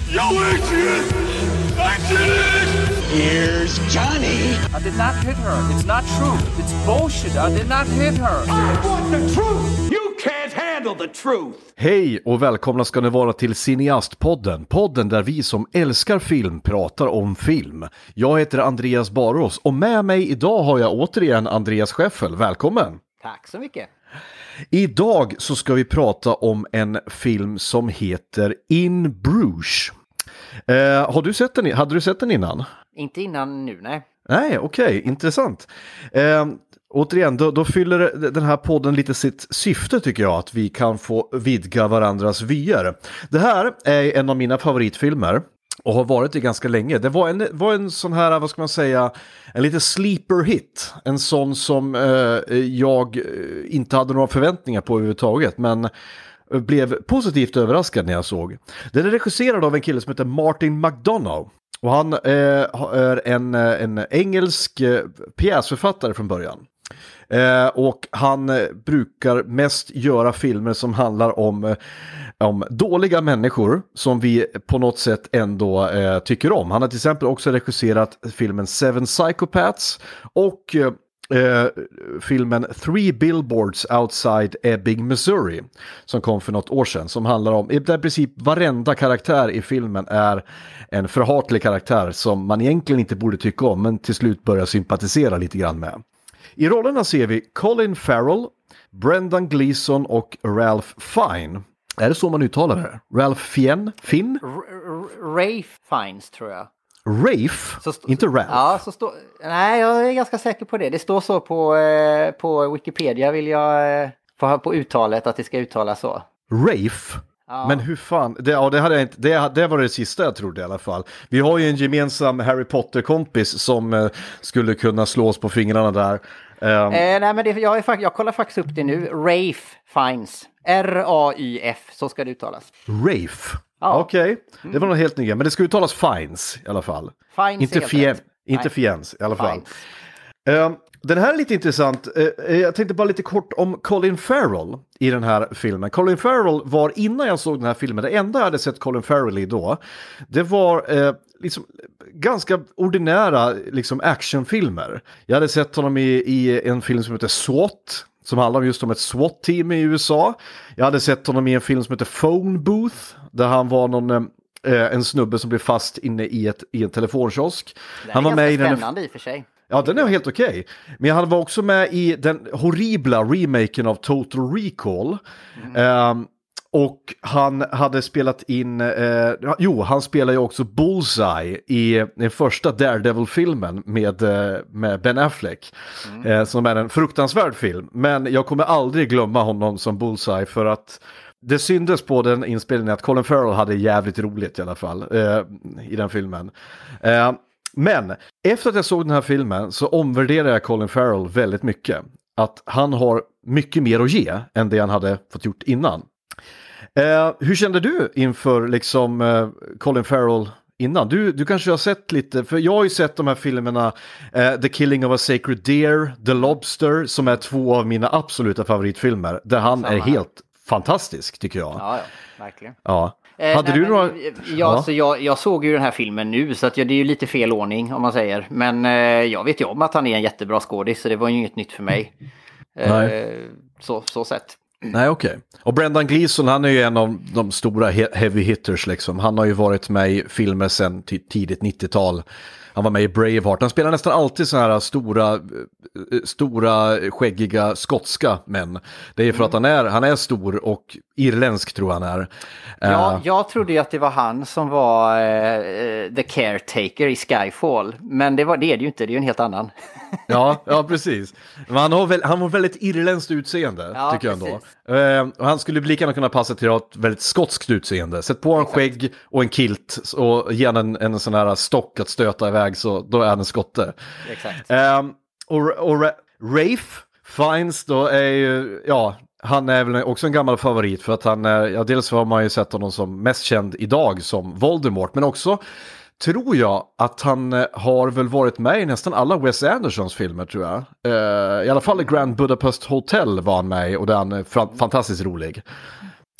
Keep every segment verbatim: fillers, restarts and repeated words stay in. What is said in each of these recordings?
Yo, Adrian! I did it! Here's Johnny. I did not hit her. It's not true. It's bullshit. I did not hit her. I want the truth! You can't handle the truth! Hej och välkomna ska ni vara till Cineastpodden. Podden där vi som älskar film pratar om film. Jag heter Andreas Barås och med mig idag har jag återigen Andreas Scheffel. Välkommen! Tack så mycket! Idag så ska vi prata om en film som heter In Bruges. Eh, har du sett den? Hade du sett den innan? Inte innan nu, nej. Nej, okej, okay, intressant. Eh, återigen, då, då fyller den här podden lite sitt syfte tycker jag, att vi kan få vidga varandras vyer. Det här är en av mina favoritfilmer och har varit det ganska länge. Det var en, var en sån här, vad ska man säga, en lite sleeper hit. En sån som eh, jag inte hade några förväntningar på överhuvudtaget, men blev positivt överraskad när jag såg. Den är regisserad av en kille som heter Martin McDonagh. Och han eh, är en, en engelsk eh, pjäsförfattare från början. Eh, och han eh, brukar mest göra filmer som handlar om, eh, om dåliga människor som vi på något sätt ändå eh, tycker om. Han har till exempel också regisserat filmen Seven Psychopaths och eh, Uh, filmen Three Billboards Outside Ebbing, Missouri, som kom för något år sedan, som handlar om, i princip varenda karaktär i filmen är en förhatlig karaktär som man egentligen inte borde tycka om, men till slut börjar sympatisera lite grann med. I rollerna ser vi Colin Farrell, Brendan Gleeson och Ralph Fiennes. Är det så man uttalar det? Ralph Fiennes? Finn? Ralph Fiennes tror jag. Rafe? Så st- inte Ralph? Ja, så står... Nej, jag är ganska säker på det. Det står så på, eh, på Wikipedia, vill jag eh, få ha på uttalet att det ska uttalas så. Rafe? Ja. Men hur fan, det, ja, det, hade jag inte, det, det var det sista jag trodde i alla fall. Vi har ju en gemensam Harry Potter-kompis som eh, skulle kunna slå oss på fingrarna där. Um, eh, nej, men det, jag, är, jag kollar faktiskt upp det nu. Ralph Fiennes. R A Y F, så ska det uttalas. Rafe? Ja. Okej, okay. Det var något helt nytt, men det ska uttalas Fiennes i alla fall. Fiennes inte Fiennes, inte Fiennes i alla fall. Um, den här är lite intressant. Uh, jag tänkte bara lite kort om Colin Farrell i den här filmen. Colin Farrell var, innan jag såg den här filmen, det enda jag hade sett Colin Farrell i då, det var uh, liksom ganska ordinära liksom actionfilmer. Jag hade sett honom i, i en film som heter SWAT, som handlar just om ett SWAT-team i U S A. Jag hade sett honom i en film som heter Phone Booth, där han var någon, eh, en snubbe som blev fast inne i, ett, i en telefonkiosk. Det är han var ganska med i spännande den... i och för sig. Ja, den är helt okej. Okay. Men han var också med i den horribla remaken av Total Recall. Mm. Um, och han hade spelat in, eh, jo han spelar ju också Bullseye i den första Daredevil-filmen med, eh, med Ben Affleck. Mm. Eh, som är en fruktansvärd film. Men jag kommer aldrig glömma honom som Bullseye, för att det syndes på den inspelningen att Colin Farrell hade jävligt roligt i alla fall eh, i den filmen. Eh, men efter att jag såg den här filmen så omvärderade jag Colin Farrell väldigt mycket. Att han har mycket mer att ge än det han hade fått gjort innan. Uh, hur kände du inför liksom uh, Colin Farrell innan? Du, du kanske har sett lite, för jag har ju sett de här filmerna uh, The Killing of a Sacred Deer, The Lobster, som är två av mina absoluta favoritfilmer, där han Samma. är helt fantastisk tycker jag. Ja, ja, verkligen. Ja. Eh, Hade nej, du några... Ja, ja. Så jag, jag såg ju den här filmen nu, så att jag, det är ju lite fel ordning om man säger. Men eh, jag vet ju om att han är en jättebra skådis, så det var ju inget nytt för mig. Eh, så, så sett. Nej, okej. Okay. Och Brendan Gleeson, han är ju en av de stora he- heavy hitters liksom. Han har ju varit med i filmer sedan t- tidigt nittiotal. Han var med i Braveheart. Han spelar nästan alltid så här stora, stora skäggiga skotska män. Det är för att han är, han är stor och irländsk tror han är. Ja, uh, jag trodde ju att det var han som var uh, the caretaker i Skyfall. Men det, var, det är det ju inte, det är ju en helt annan. ja, ja, precis. Men han har, väl, han har väldigt irländskt utseende, ja, tycker jag ändå. Uh, och han skulle lika gärna kunna passa till att ha ett väldigt skotskt utseende. Sätt på en Exakt. skägg och en kilt och ge en, en sån här stock att stöta iväg, så då är han en skotte. Exakt. Um, och och Rafe Fiennes då är ju, ja, han är väl också en gammal favorit, för att han är, ja, dels har man ju sett honom som mest känd idag som Voldemort, men också tror jag att han har väl varit med i nästan alla Wes Andersons filmer, tror jag. Uh, I alla fall i Grand Budapest Hotel var han med, och den är fra- fantastiskt rolig.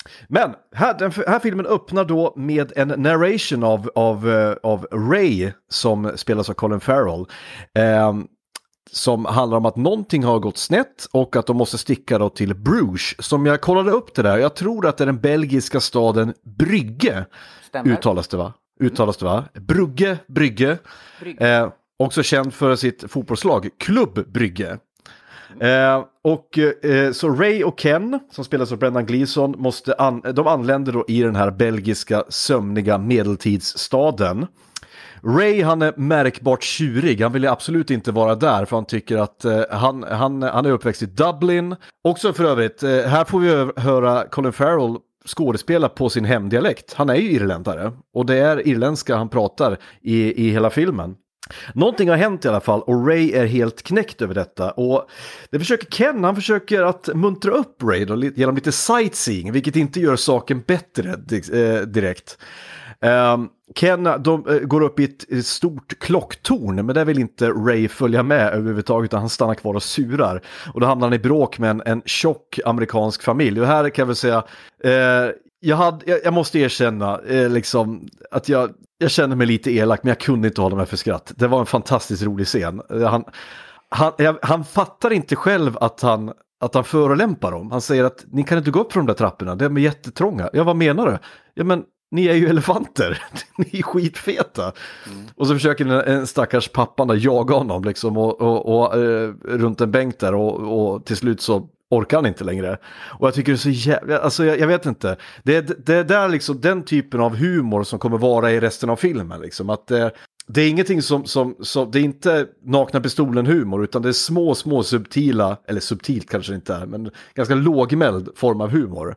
Men här, den här filmen öppnar då med en narration av, av, av Ray som spelas av Colin Farrell. Eh, som handlar om att någonting har gått snett och att de måste sticka då till Bruges. Som jag kollade upp det där. Jag tror att det är den belgiska staden Brygge. Stämmer. Uttalas det va? Uttalas det va? Brugge, Brygge. Brygge. Eh, också känd för sitt fotbollslag, Klubb Brygge. Eh, och eh, så Ray och Ken som spelas av Brendan Gleeson måste an- de anländer då i den här belgiska sömniga medeltidsstaden. Ray, han är märkbart tjurig. Han vill ju absolut inte vara där för han tycker att eh, han, han, han är uppväxt i Dublin. Också för övrigt, eh, här får vi höra Colin Farrell skådespela på sin hemdialekt. Han är ju irländare och det är irländska han pratar i, i hela filmen. Någonting har hänt i alla fall och Ray är helt knäckt över detta och det försöker Ken, han försöker att muntra upp Ray då, genom lite sightseeing, vilket inte gör saken bättre eh, direkt. Um, Ken, de uh, går upp i ett stort klocktorn, men där vill inte Ray följa med överhuvudtaget utan han stannar kvar och surar och då hamnar han i bråk med en, en tjock amerikansk familj och här kan jag väl säga uh, jag, hade, jag, jag måste erkänna uh, liksom, att jag Jag kände mig lite elak men jag kunde inte hålla mig för skratt. Det var en fantastiskt rolig scen. Han, han, han fattar inte själv att han, att han förolämpar dem. Han säger att ni kan inte gå upp för de där trapporna. De är jättetrånga. Ja, vad menar du? Ja, men ni är ju elefanter. Ni är skitfeta. Mm. Och så försöker en, en stackars pappan där jaga honom liksom, och, och, och, och uh, runt en bänk där och, och till slut så orkar han inte längre. Och jag tycker det är så jävla... Alltså jag, jag vet inte. Det är det, det är liksom den typen av humor som kommer vara i resten av filmen. Liksom. Att det, det är ingenting som, som, som... Det är inte nakna pistolen humor utan det är små, små subtila... Eller subtilt kanske inte är. Men ganska lågmäld form av humor.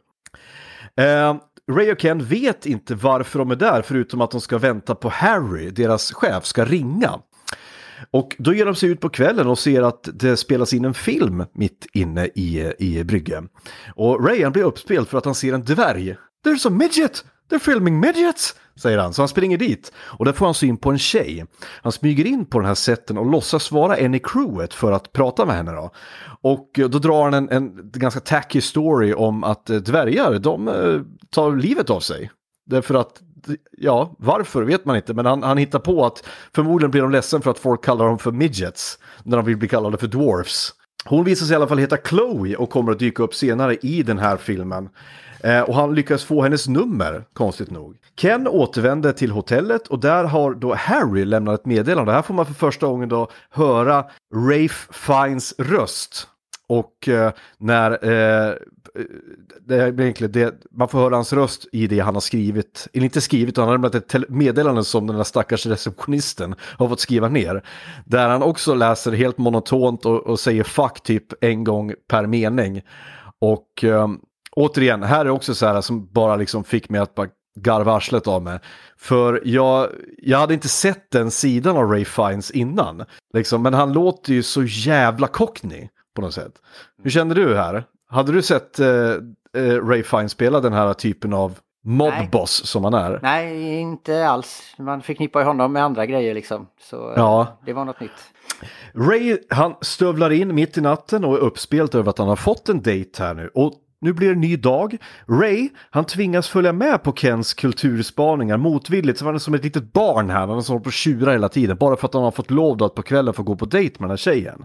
Eh, Ray och Ken vet inte varför de är där förutom att de ska vänta på Harry. Deras chef ska ringa. Och då ger de sig ut på kvällen och ser att det spelas in en film mitt inne i, i Brygge. Och Ray blir uppspelt för att han ser en dvärg. There's a midget! They're filming midgets! Säger han. Så han springer dit. Och där får han syn på en tjej. Han smyger in på den här sätten och låtsas vara en i crewet för att prata med henne då. Och då drar han en, en ganska tacky story om att dvärgar, de eh, tar livet av sig. Därför att ja, varför vet man inte. Men han, han hittar på att förmodligen blir de ledsen för att folk kallar dem för midgets. När de vill bli kallade för dwarfs. Hon visar sig i alla fall heta Chloe och kommer att dyka upp senare i den här filmen. Eh, och han lyckas få hennes nummer, konstigt nog. Ken återvänder till hotellet och där har då Harry lämnat ett meddelande. Här får man för första gången då höra Ralph Fiennes röst. Och eh, när eh, det är egentligen det, man får höra hans röst i det han har skrivit, eller inte skrivit, utan han har lämnat ett tele- meddelande som den där stackars receptionisten har fått skriva ner. Där han också läser helt monotont och, och säger fuck typ en gång per mening. Och eh, återigen, här är också så här som bara liksom fick mig att bara garva arslet av mig. För jag, jag hade inte sett den sidan av Ralph Fiennes innan. Liksom, men han låter ju så jävla cockney på något sätt. Hur kände du här? Hade du sett eh, eh, Ralph Fiennes spela den här typen av mobboss som han är? Nej, inte alls. Man förknippar ju honom med andra grejer liksom. Så ja. eh, det var något nytt. Ray, han stövlar in mitt i natten och är uppspelt över att han har fått en dejt här nu. Och nu blir det en ny dag. Ray, han tvingas följa med på Kens kulturspaningar motvilligt. Så han är som ett litet barn här. Han är som på tjura hela tiden. Bara för att han har fått lov då att på kvällen få gå på dejt med den här tjejen.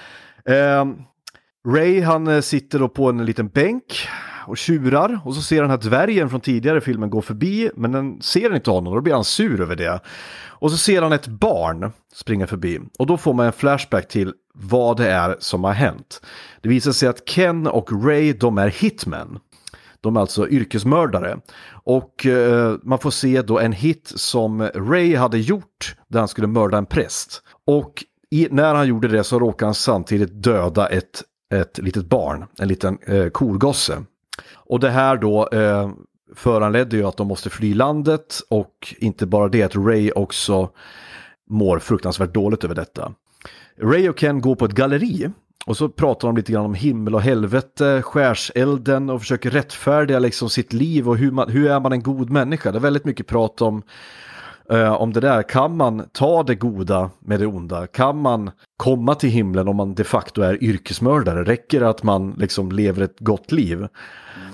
Eh, Ray, han sitter då på en liten bänk och tjurar. Och så ser den här dvärgen från tidigare filmen gå förbi. Men den ser inte honom och då blir han sur över det. Och så ser han ett barn springa förbi. Och då får man en flashback till vad det är som har hänt. Det visar sig att Ken och Ray, de är hitmen. De är alltså yrkesmördare. Och eh, man får se då en hit som Ray hade gjort där han skulle mörda en präst. Och i, när han gjorde det så råkade han samtidigt döda ett, ett litet barn, en liten eh, korgosse. Och det här då eh, föranledde ju att de måste fly landet och inte bara det, att Ray också mår fruktansvärt dåligt över detta. Ray och Ken går på ett galleri och så pratar de lite grann om himmel och helvete, skärselden och försöker rättfärdiga liksom sitt liv och hur, man, hur är man en god människa. Det är väldigt mycket prat om Uh, om det där, kan man ta det goda med det onda? Kan man komma till himlen om man de facto är yrkesmördare? Räcker det att man liksom lever ett gott liv? Mm.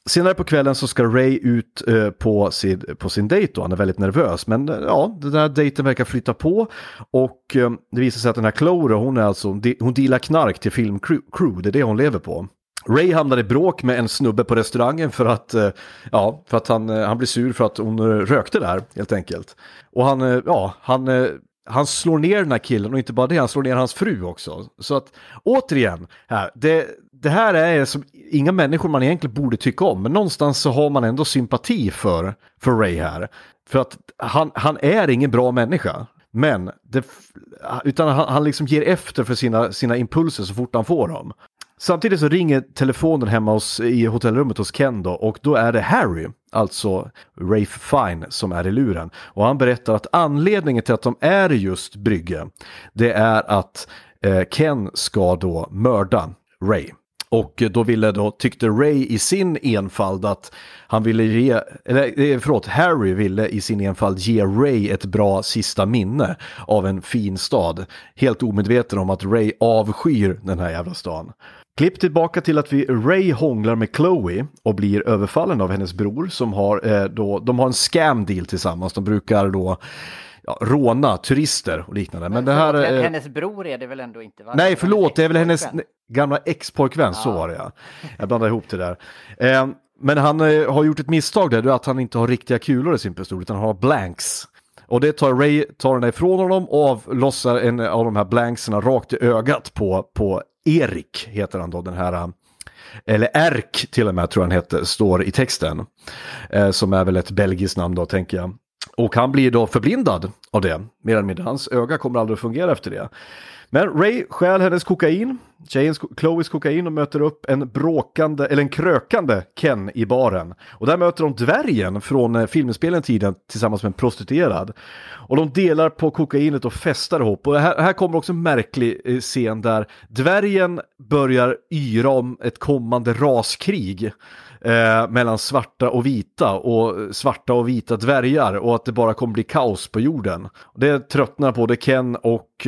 senare på kvällen så ska Ray ut eh, på, sin, på sin dejt då. Han är väldigt nervös, men eh, ja, den där dejten verkar flytta på och eh, det visar sig att den här Chloe, hon är alltså, hon dealar knark till filmcrew, det är det hon lever på. Ray hamnar i bråk med en snubbe på restaurangen för att, eh, ja, för att han, eh, han blir sur för att hon eh, rökte där, helt enkelt. Och han, eh, ja, han... Eh, Han slår ner den här killen och inte bara det, han slår ner hans fru också. Så att återigen, här, det, det här är som inga människor man egentligen borde tycka om. Men någonstans så har man ändå sympati för, för Ray här. För att han, han är ingen bra människa. Men det, utan han, han liksom ger efter för sina, sina impulser så fort han får dem. Samtidigt så ringer telefonen hemma hos, i hotellrummet hos Ken då, och då är det Harry, alltså Ralph Fine, som är i luren. Och han berättar att anledningen till att de är just Brygge, det är att eh, Ken ska då mörda Ray. Och då ville då, tyckte Ray i sin enfald att han ville ge, eller förlåt, Harry ville i sin enfald ge Ray ett bra sista minne av en fin stad. Helt omedveten om att Ray avskyr den här jävla stan. Klipp tillbaka till att vi Ray hånglar med Chloe och blir överfallen av hennes bror som har eh, då, de har en scam deal tillsammans. De brukar då ja, råna turister och liknande. Men, Men det här, eh, hennes bror är det väl ändå inte? Va? Nej, förlåt, det är väl hennes gamla ex-pojkvän, ja. Så var det ja. Jag blandade ihop det där. Eh, men han eh, har gjort ett misstag där, att han inte har riktiga kulor i sin pistol utan han har blanks. Och det tar Ray tar den ifrån honom och avlossar en av de här blankserna rakt i ögat på, på Erik, heter han då, den här, eller Erk till och med tror jag han heter, står i texten. Eh, som är väl ett belgiskt namn då, tänker jag. Och han blir då förblindad av det, mer eller mindre. Hans öga kommer aldrig att fungera efter det. Men Ray stjäl hennes kokain, tjejens, Chloes kokain, och möter upp en bråkande, eller en krökande Ken i baren. Och där möter de dvärgen från filmspelen tiden tillsammans med en prostituerad. Och de delar på kokainet och festar ihop. Och här, här kommer också en märklig scen där dvärgen börjar yra om ett kommande raskrig. Eh, mellan svarta och vita och svarta och vita dvärgar, och att det bara kommer bli kaos på jorden. Och det tröttnar både Ken och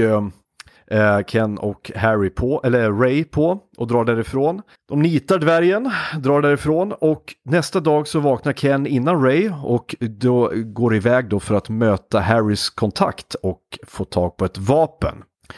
eh, Ken och Harry på, eller Ray på, och drar därifrån. De nitar dvärgen, drar därifrån, och nästa dag så vaknar Ken innan Ray och då går iväg då för att möta Harrys kontakt och få tag på ett vapen.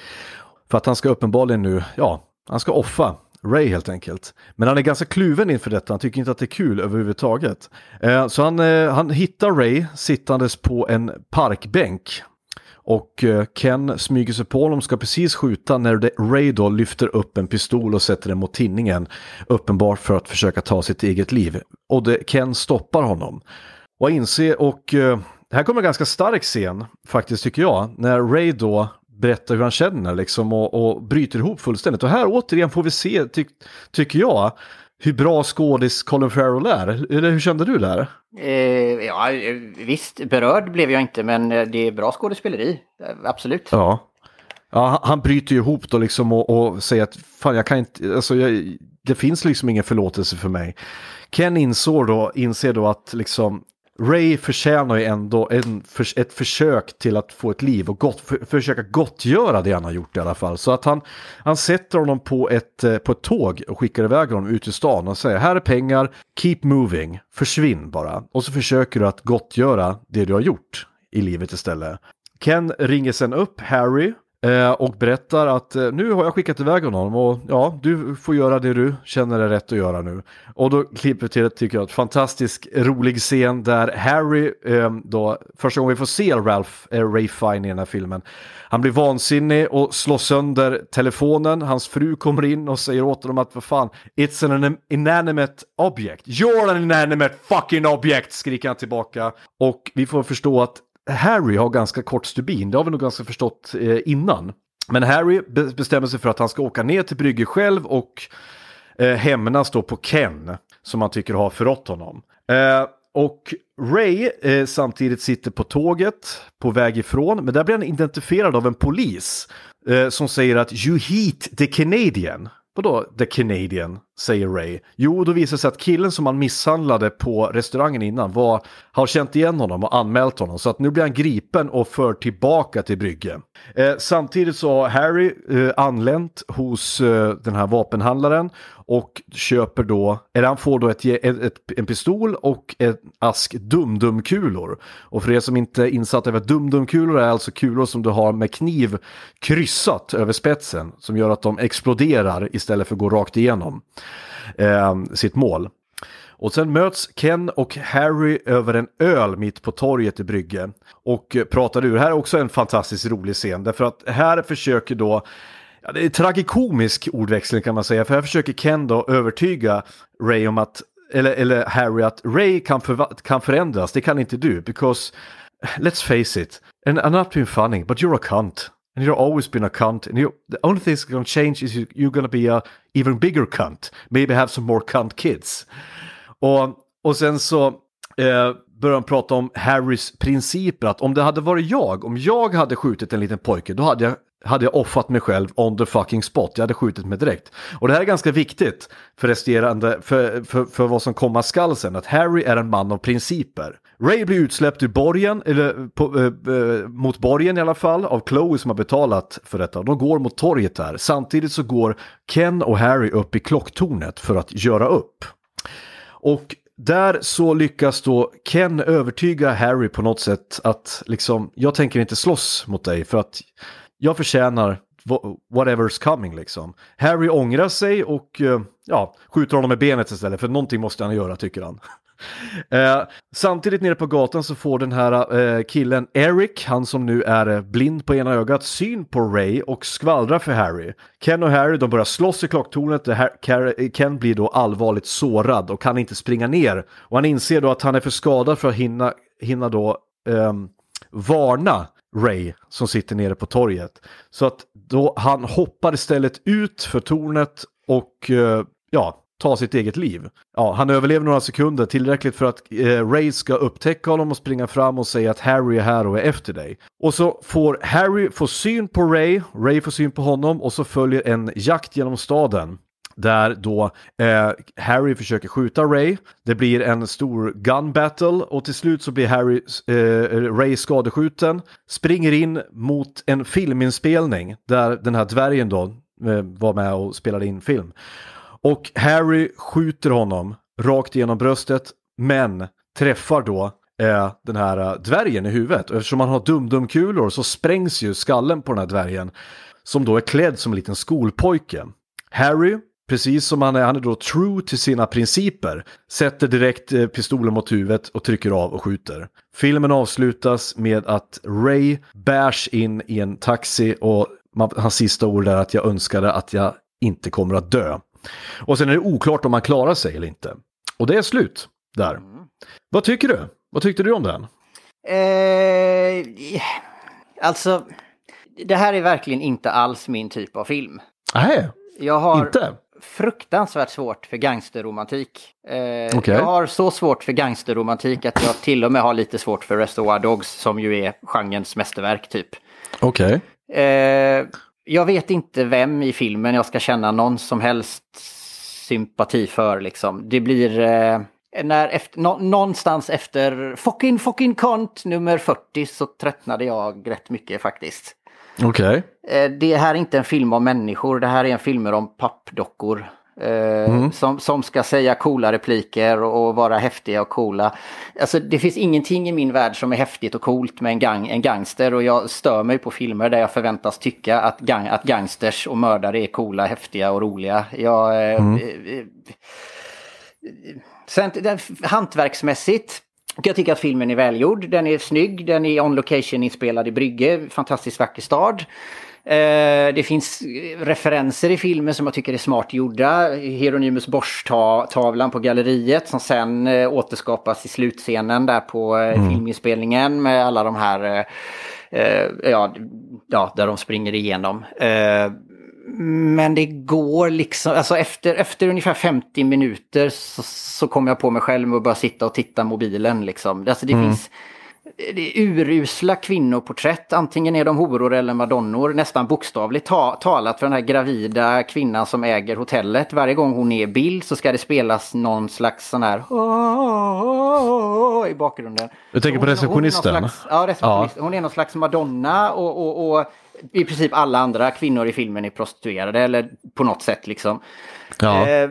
För att han ska uppenbarligen nu, ja, han ska offa Ray helt enkelt. Men han är ganska kluven inför detta. Han tycker inte att det är kul överhuvudtaget. Eh, så han, eh, han hittar Ray sittandes på en parkbänk. Och eh, Ken smyger sig på honom, ska precis skjuta när det, Ray då lyfter upp en pistol och sätter den mot tinningen. Uppenbart för att försöka ta sitt eget liv. Och det, Ken stoppar honom. Och inser, och eh, här kommer en ganska stark scen faktiskt tycker jag. När Ray då berättar hur han känner liksom, och, och bryter ihop fullständigt. Och här återigen får vi se, ty, tycker jag, hur bra skådis Colin Farrell är. Eller hur kände du där? Eh, ja, visst, berörd blev jag inte, men det är bra skådespeleri. Absolut. Ja, ja han, han bryter ju ihop då liksom och, och säger att fan, jag kan inte, alltså jag, det finns liksom ingen förlåtelse för mig. Ken inser då, inser då att liksom Ray förtjänar ju ändå en, för, ett försök till att få ett liv och gott, för, försöka gottgöra det han har gjort i alla fall. Så att han, han sätter honom på ett, på ett tåg och skickar iväg honom ut i stan och säger: här är pengar, keep moving, försvinn bara. Och så försöker du att gottgöra det du har gjort i livet istället. Ken ringer sen upp Harry och berättar att nu har jag skickat iväg honom och ja, du får göra det du känner är rätt att göra nu. Och då klipper till, tycker jag, ett fantastiskt rolig scen där Harry då, första gången vi får se Ralph äh, Ray Fine i den här filmen, han blir vansinnig och slår sönder telefonen. Hans fru kommer in och säger åt honom att vad fan, it's an inanimate object. You're an inanimate fucking object, skriker han tillbaka. Och vi får förstå att Harry har ganska kort stubin. Det har vi nog ganska förstått eh, innan. Men Harry be- bestämmer sig för att han ska åka ner till Brygge själv och eh, hämnas då på Ken, som han tycker har förrått honom. Eh, och Ray eh, samtidigt sitter på tåget på väg ifrån, men där blir han identifierad av en polis eh, som säger att you heat the Canadian. Vadå the Canadian? säger Ray. Jo, då visar det sig att killen som han misshandlade på restaurangen innan var, har känt igen honom och anmält honom. Så att nu blir han gripen och för tillbaka till Brygge. Eh, samtidigt så har Harry eh, anlänt hos eh, den här vapenhandlaren och köper då, eller han får då ett, ett, ett, en pistol och en ask dum-dum-kulor. Och för er som inte är insatt över dum-dum-kulor är alltså kulor som du har med kniv kryssat över spetsen som gör att de exploderar istället för att gå rakt igenom eh, sitt mål. Och sen möts Ken och Harry över en öl mitt på torget i Brygge och pratar ur. Här är också en fantastiskt rolig scen därför att här försöker då, ja, det är tragikomisk ordväxling kan man säga, för här försöker Ken då övertyga Ray om att, eller, eller Harry att Ray kan, för, kan förändras, det kan inte du, because let's face it, and I'm not being funny, but you're a cunt. And you've always been a cunt. And you, the only thing that's going to change is you, you're going to be a even bigger cunt. Maybe have some more cunt kids. Och, och sen så eh, börjar han prata om Harrys principer. Att om det hade varit jag, om jag hade skjutit en liten pojke, då hade jag, hade jag offat mig själv on the fucking spot. Jag hade skjutit mig direkt. Och det här är ganska viktigt för resterande, för, för, för vad som komma skall sen. Att Harry är en man av principer. Ray blir utsläppt ur borgen, eller på, äh, mot borgen i alla fall, av Chloe som har betalat för detta. De går mot torget här. Samtidigt så går Ken och Harry upp i klocktornet för att göra upp. Och där så lyckas då Ken övertyga Harry på något sätt att liksom, jag tänker inte slåss mot dig för att jag förtjänar whatever's coming liksom. Harry ångrar sig och ja, skjuter honom med benet istället, för någonting måste han göra, tycker han. Eh, samtidigt nere på gatan så får den här eh, killen Eric, han som nu är eh, blind på ena ögat, syn på Ray och skvallrar för Harry. Ken och Harry, de börjar slåss i klocktornet. Ken blir då allvarligt sårad och kan inte springa ner. Och han inser då att han är för skadad för att hinna, hinna då eh, varna Ray som sitter nere på torget. Så att då han hoppar istället ut för tornet och eh, ja, ta sitt eget liv. Ja, han överlever några sekunder, tillräckligt för att eh, Ray ska upptäcka honom och springa fram och säga att Harry är här och är efter dig. Och så får Harry få syn på Ray, Ray får syn på honom och så följer en jakt genom staden. Där då eh, Harry försöker skjuta Ray. Det blir en stor gun battle och till slut så blir Harry, eh, Ray skadeskjuten. Springer in mot en filminspelning där den här dvärgen då eh, var med och spelade in film. Och Harry skjuter honom rakt igenom bröstet, men träffar då eh, den här eh, dvärgen i huvudet. Och eftersom man har dum-dum-kulor så sprängs ju skallen på den här dvärgen, som då är klädd som en liten skolpojke. Harry, precis som han är, han är då true till sina principer, sätter direkt eh, pistolen mot huvudet och trycker av och skjuter. Filmen avslutas med att Ray bärs in i en taxi och man, hans sista ord är att jag önskade att jag inte kommer att dö. Och sen är det oklart om han klarar sig eller inte. Och det är slut där. Mm. Vad tycker du? Vad tyckte du om den? Eh, alltså, det här är verkligen inte alls min typ av film. Nej, jag har inte. fruktansvärt svårt för gangsterromantik. Eh, okay. Jag har så svårt för gangsterromantik att jag till och med har lite svårt för Reservoir Dogs, som ju är genrens mästerverk typ. Okej. Okay. Eh, Jag vet inte vem i filmen jag ska känna någon som helst sympati för liksom. Det blir eh, när efter, nå, någonstans efter fucking fucking kont nummer fyrtio så tröttnade jag rätt mycket faktiskt. Okej. Okay. Eh, det här är inte en film om människor, det här är en film om pappdockor. Eh, mm. som, som ska säga coola repliker och, och vara häftiga och coola. Alltså det finns ingenting i min värld som är häftigt och coolt med en, gang, en gangster, och jag stör mig på filmer där jag förväntas tycka att, gang, att gangsters och mördare är coola, häftiga och roliga. Jag, mm. eh, eh, sen, den, hantverksmässigt jag tycker att filmen är välgjord, den är snygg, den är on location inspelad i Brygge, fantastiskt vacker stad. Eh, det finns referenser i filmen som jag tycker är smart gjorda. Hieronymus Bosch-tavlan på galleriet som sen eh, återskapas i slutscenen där på eh, mm. filminspelningen med alla de här eh, ja, ja, där de springer igenom. Eh, men det går liksom, alltså efter, efter ungefär femtio minuter så, så kommer jag på mig själv och bara sitta och titta mobilen liksom. Alltså det mm. finns det är urusla kvinnoporträtt. Antingen är de horor eller madonnor. Nästan bokstavligt ta- talat för den här gravida kvinnan som äger hotellet. Varje gång hon är i bild så ska det spelas någon slags sån här i bakgrunden. Du tänker på receptionisten? Hon, hon slags, ja, receptionist. Ja. Hon är någon slags madonna och, och, och i princip alla andra kvinnor i filmen är prostituerade eller på något sätt liksom. Ja. Eh,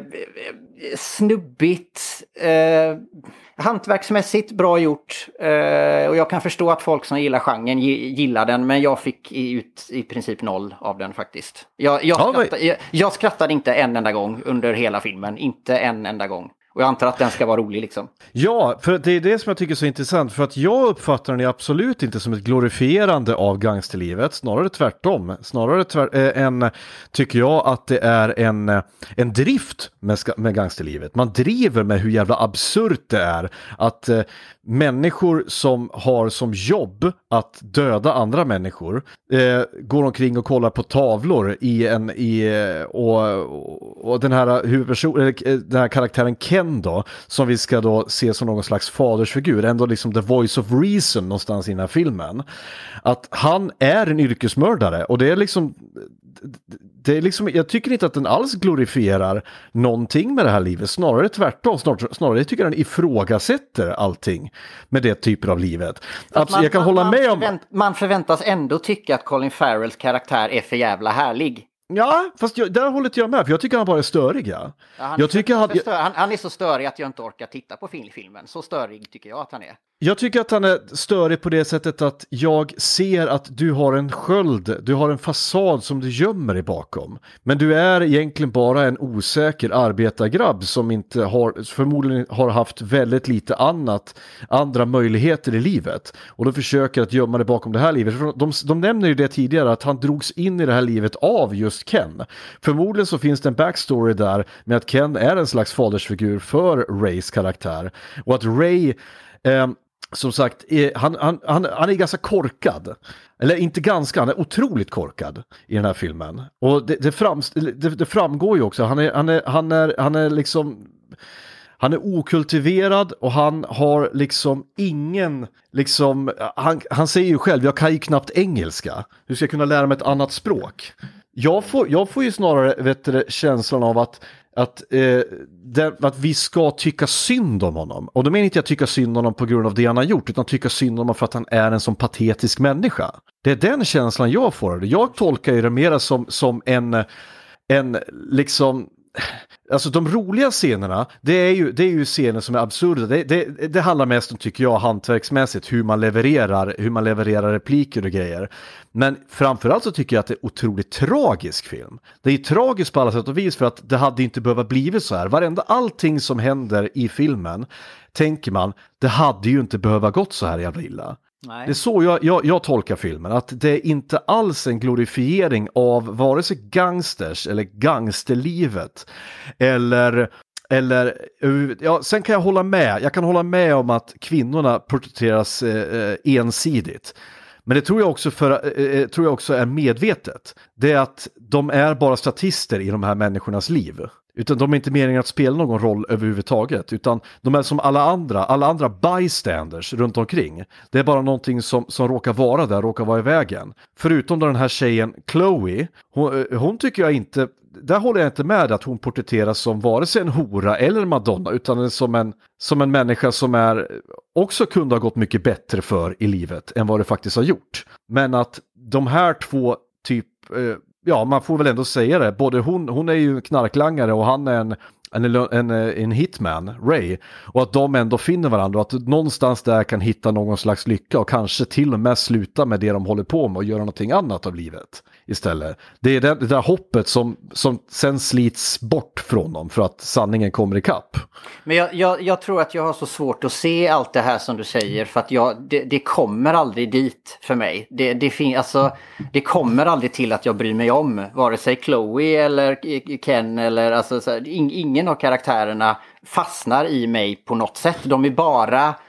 snubbigt, eh, hantverksmässigt bra gjort, eh, och jag kan förstå att folk som gillar genren gillar den, men jag fick ut i princip noll av den faktiskt. Jag, jag, ja, skrattade, jag, jag skrattade inte en enda gång under hela filmen, inte en enda gång. Och jag antar att den ska vara rolig liksom. Ja, för det är det som jag tycker är så intressant. För att jag uppfattar den absolut inte som ett glorifierande av gangsterlivet. Snarare tvärtom. Snarare tvär, äh, än tycker jag att det är en, en drift med, med gangsterlivet. Man driver med hur jävla absurt det är. Att äh, människor som har som jobb att döda andra människor äh, går omkring och kollar på tavlor i en... I, och, och den här huvudpersonen, den här karaktären Ken då, som vi ska då se som någon slags fadersfigur, ändå liksom the voice of reason någonstans i den här filmen, att han är en yrkesmördare, och det är liksom det är liksom, jag tycker inte att den alls glorifierar någonting med det här livet, snarare tvärtom, snarare, snarare jag tycker den ifrågasätter allting med det typer av livet. Alltså, man, jag kan man, hålla man med om... Förvänt, man förväntas ändå tycka att Colin Farrells karaktär är för jävla härlig. Ja, fast jag, där håller inte jag med, för jag tycker han bara är störig. Ja. Ja, han, jag tycker han, stör, han, han är så störig att jag inte orkar titta på filmen. Så störig tycker jag att han är. Jag tycker att han är störig på det sättet att jag ser att du har en sköld, du har en fasad som du gömmer dig bakom. Men du är egentligen bara en osäker arbetargrabb som inte har, förmodligen har haft väldigt lite annat, andra möjligheter i livet. Och då försöker att gömma dig bakom det här livet. De, de nämner ju det tidigare, att han drogs in i det här livet av just Ken. Förmodligen så finns det en backstory där med att Ken är en slags fadersfigur för Rays karaktär. Och att Ray... Eh, som sagt, han, han, han, han är ganska korkad. Eller inte ganska, han är otroligt korkad i den här filmen. Och det, det, fram, det, det framgår ju också. Han är, han är, han är, han är liksom... Han är okultiverad och han har liksom ingen... Liksom, han, han säger ju själv, jag kan ju knappt engelska. Hur ska jag kunna lära mig ett annat språk? Jag får, jag får ju snarare vet du, känslan av att Att, eh, det, att vi ska tycka synd om honom. Och då menar inte jag tycka synd om honom på grund av det han har gjort, utan tycka synd om honom för att han är en sån patetisk människa. Det är den känslan jag får. Jag tolkar ju det mer som, som en, en liksom... Alltså de roliga scenerna, det är ju, det är ju scener som är absurda. Det, det, det handlar mest om, tycker jag, hantverksmässigt, hur man levererar, hur man levererar repliker och grejer. Men framförallt så tycker jag att det är otroligt tragisk film. Det är tragiskt på alla sätt och vis, för att det hade inte behövt blivit så här. Varenda allting som händer i filmen, tänker man, det hade ju inte behövt gått så här jävla illa. Nej. Det är så jag, jag, jag tolkar filmen, att det är inte alls en glorifiering av vare sig gangsters eller gangsterlivet eller, eller ja, sen kan jag hålla med jag kan hålla med om att kvinnorna porträtteras eh, ensidigt. Men det tror jag också för, eh, tror jag också är medvetet. Det är att de är bara statister i de här människornas liv. Utan de är inte meningen att spela någon roll överhuvudtaget. Utan de är som alla andra, alla andra bystanders runt omkring. Det är bara någonting som, som råkar vara där, råkar vara i vägen. Förutom då den här tjejen Chloe, hon, hon tycker jag inte, där håller jag inte med att hon porträtteras som vare sig en hora eller en madonna, utan som en, som en människa som är också kunde ha gått mycket bättre för i livet än vad det faktiskt har gjort. Men att de här två typ... Eh, ja, man får väl ändå säga det. Både hon, hon är ju knarklangare och han är en, en, en, en hitman, Ray. Och att de ändå finner varandra och att någonstans där kan hitta någon slags lycka och kanske till och med sluta med det de håller på med och göra någonting annat av livet istället. Det är det, det där hoppet som, som sen slits bort från dem för att sanningen kommer i kapp. Men jag, jag, jag tror att jag har så svårt att se allt det här som du säger, för att jag, det, det kommer aldrig dit för mig. Det, det, fin, alltså, det kommer aldrig till att jag bryr mig om vare sig Chloe eller Ken eller alltså, så här, in, ingen av karaktärerna fastnar i mig på något sätt. De är bara eh,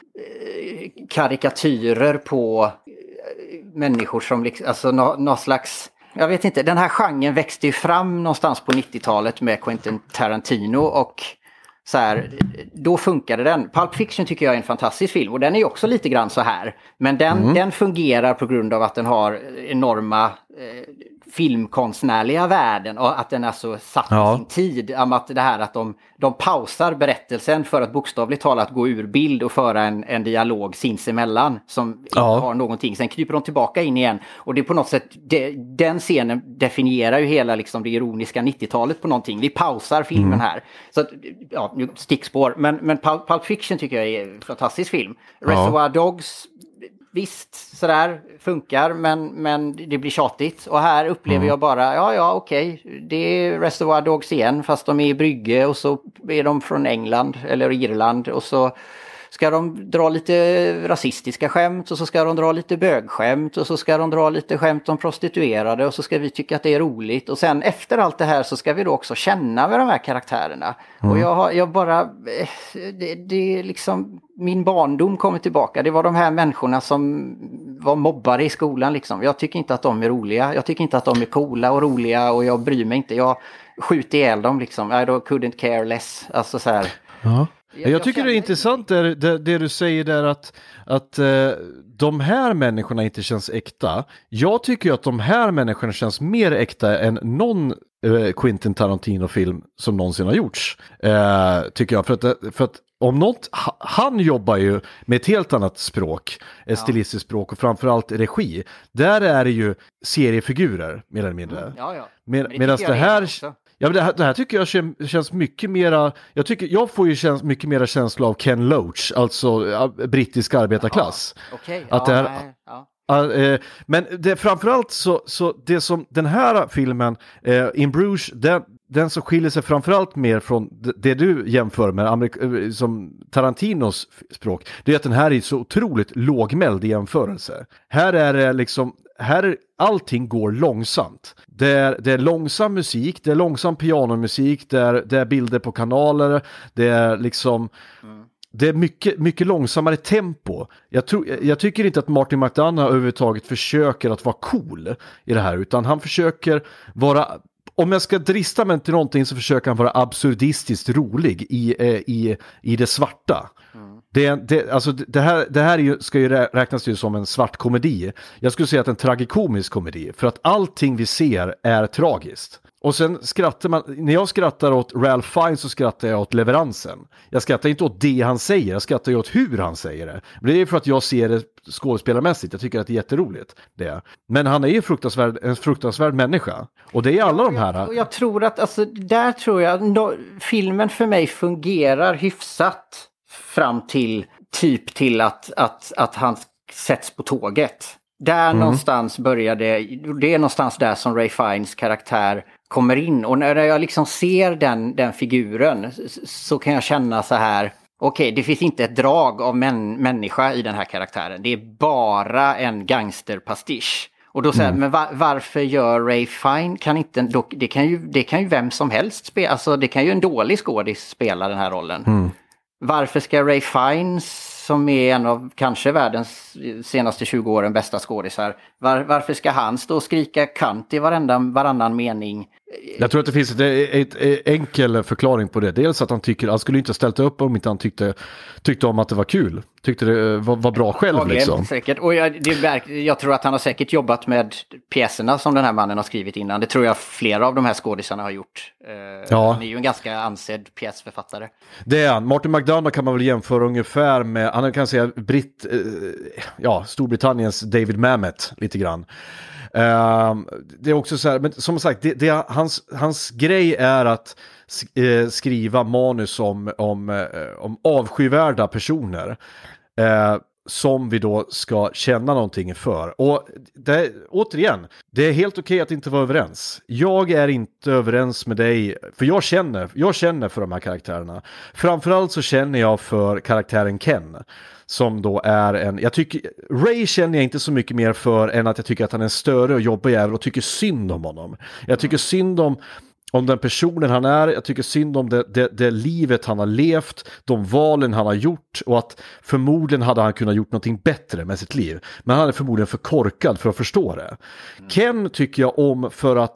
karikatyrer på eh, människor som liksom, alltså nå, någon slags... Jag vet inte, den här genren växte ju fram någonstans på nittiotalet med Quentin Tarantino, och så här, då funkade den. Pulp Fiction tycker jag är en fantastisk film och den är ju också lite grann så här. Men den, mm. den fungerar på grund av att den har enorma eh, filmkonstnärliga värden och att den är så satt ja. i sin tid. Att det här att de, de pausar berättelsen för att bokstavligt talat gå ur bild och föra en, en dialog sinsemellan som ja. har någonting. Sen kryper de tillbaka in igen och det är på något sätt, det, den scenen definierar ju hela liksom det ironiska nittiotalet på någonting. Vi pausar filmen mm. här. Så att, ja, stickspår. Men, men Pulp, Pulp Fiction tycker jag är en fantastisk film. Reservoir ja. Dogs, visst, sådär, funkar, men, men det blir tjatigt. Och här upplever mm. jag bara, ja, ja, okej, okay, det är Reservoir Dogs igen, fast de är i Brygge och så är de från England eller Irland och så ska de dra lite rasistiska skämt och så ska de dra lite bögskämt och så ska de dra lite skämt om prostituerade och så ska vi tycka att det är roligt. Och sen efter allt det här så ska vi då också känna med de här karaktärerna. Mm. Och jag, har, jag bara, det, det är liksom, min barndom kommer tillbaka. Det var de här människorna som var mobbare i skolan liksom. Jag tycker inte att de är roliga. Jag tycker inte att de är coola och roliga och jag bryr mig inte. Jag skjuter ihjäl dem liksom. I couldn't care less. Alltså så här. Ja. Jag, jag tycker jag det är intressant det, det, det du säger där att, att eh, de här människorna inte känns äkta. Jag tycker ju att de här människorna känns mer äkta än någon eh, Quentin Tarantino-film som någonsin har gjorts. Eh, tycker jag. För att, för att om något, han jobbar ju med ett helt annat språk, ett ja. stilistiskt språk och framförallt regi. Där är det ju seriefigurer mer eller mindre. Mm, ja, ja. Med, det medan det här... Ja, men det, här, det här tycker jag kän, känns mycket mera, jag tycker jag får ju käns, mycket mera känsla av Ken Loach, alltså ja, brittisk arbetarklass. Ja, okej. Att ja, det här, ja. äh, äh, men det, framförallt så, så det som den här filmen, äh, In Bruges, den, den som skiljer sig framförallt mer från det, det du jämför med Amerik- som Tarantinos språk, det är att den här är så otroligt lågmäld i jämförelse. Här är det liksom, här är, allting går långsamt. Det är, det är långsam musik, det är långsam pianomusik, det är, det är bilder på kanaler, det är liksom mm. det är mycket, mycket långsammare tempo. Jag, tror, jag tycker inte att Martin McDonagh överhuvudtaget försöker att vara cool i det här, utan han försöker vara, om jag ska drista mig till någonting så försöker han vara absurdistiskt rolig i, i, i det svarta. Mm. Det, det, alltså det här, det här är ju, ska ju räknas ju som en svart komedi. Jag skulle säga att en tragikomisk komedi. För att allting vi ser är tragiskt. Och sen skrattar man, när jag skrattar åt Ralph Fiennes så skrattar jag åt leveransen. Jag skrattar inte åt det han säger, jag skrattar ju åt hur han säger det. Men det är för att jag ser det skådespelarmässigt, jag tycker att det är jätteroligt. Det. Men han är ju fruktansvärd, en fruktansvärd människa. Och det är alla de här. Jag, jag tror att, alltså, där tror jag, no, filmen för mig fungerar hyfsat fram till, typ till att, att, att han sätts på tåget. Där mm. någonstans började, det är någonstans där som Ray Fiennes karaktär kommer in. Och när jag liksom ser den, den figuren så kan jag känna så här, okej, okay, det finns inte ett drag av män, människa i den här karaktären. Det är bara en gangsterpastisch. Och då säger mm. men var, varför gör Ray Fiennes, kan inte, då, det, kan ju, det kan ju vem som helst spela, alltså det kan ju en dålig skådis spela den här rollen. Mm. Varför ska Ray Fiennes, som är en av kanske världens senaste tjugo åren bästa skådisar, var, varför ska han stå och skrika kant i varenda, varannan mening? Jag tror att det finns ett, ett, ett enkel förklaring på det. Dels att han tycker, han skulle inte ha ställt upp om inte han tyckte, tyckte om att det var kul. Tyckte det var, var bra själv ja, liksom. Säkert. Och jag, det, jag tror att han har säkert jobbat med pjäserna som den här mannen har skrivit innan. Det tror jag flera av de här skådisarna har gjort. Ja. Han är ju en ganska ansedd pjäsförfattare. Det är han. Martin McDonagh kan man väl jämföra ungefär med, han kan säga Britt, ja, Storbritanniens David Mamet lite grann. Uh, det är också så här, men som sagt, det, det, hans, hans grej är att sk- skriva manus om, om, uh, om avskyvärda personer uh, som vi då ska känna någonting för. Och det, återigen, det är helt okej att inte vara överens. Jag är inte överens med dig, för jag känner, jag känner för de här karaktärerna. Framförallt så känner jag för karaktären Ken. Som då är en, jag tycker, Ray känner jag inte så mycket mer för än att jag tycker att han är en större och jobbig jävel och tycker synd om honom. Jag tycker synd om, om den personen han är, jag tycker synd om det, det, det livet han har levt, de valen han har gjort och att förmodligen hade han kunnat gjort någonting bättre med sitt liv. Men han är förmodligen för korkad för att förstå det. Mm. Ken tycker jag om för att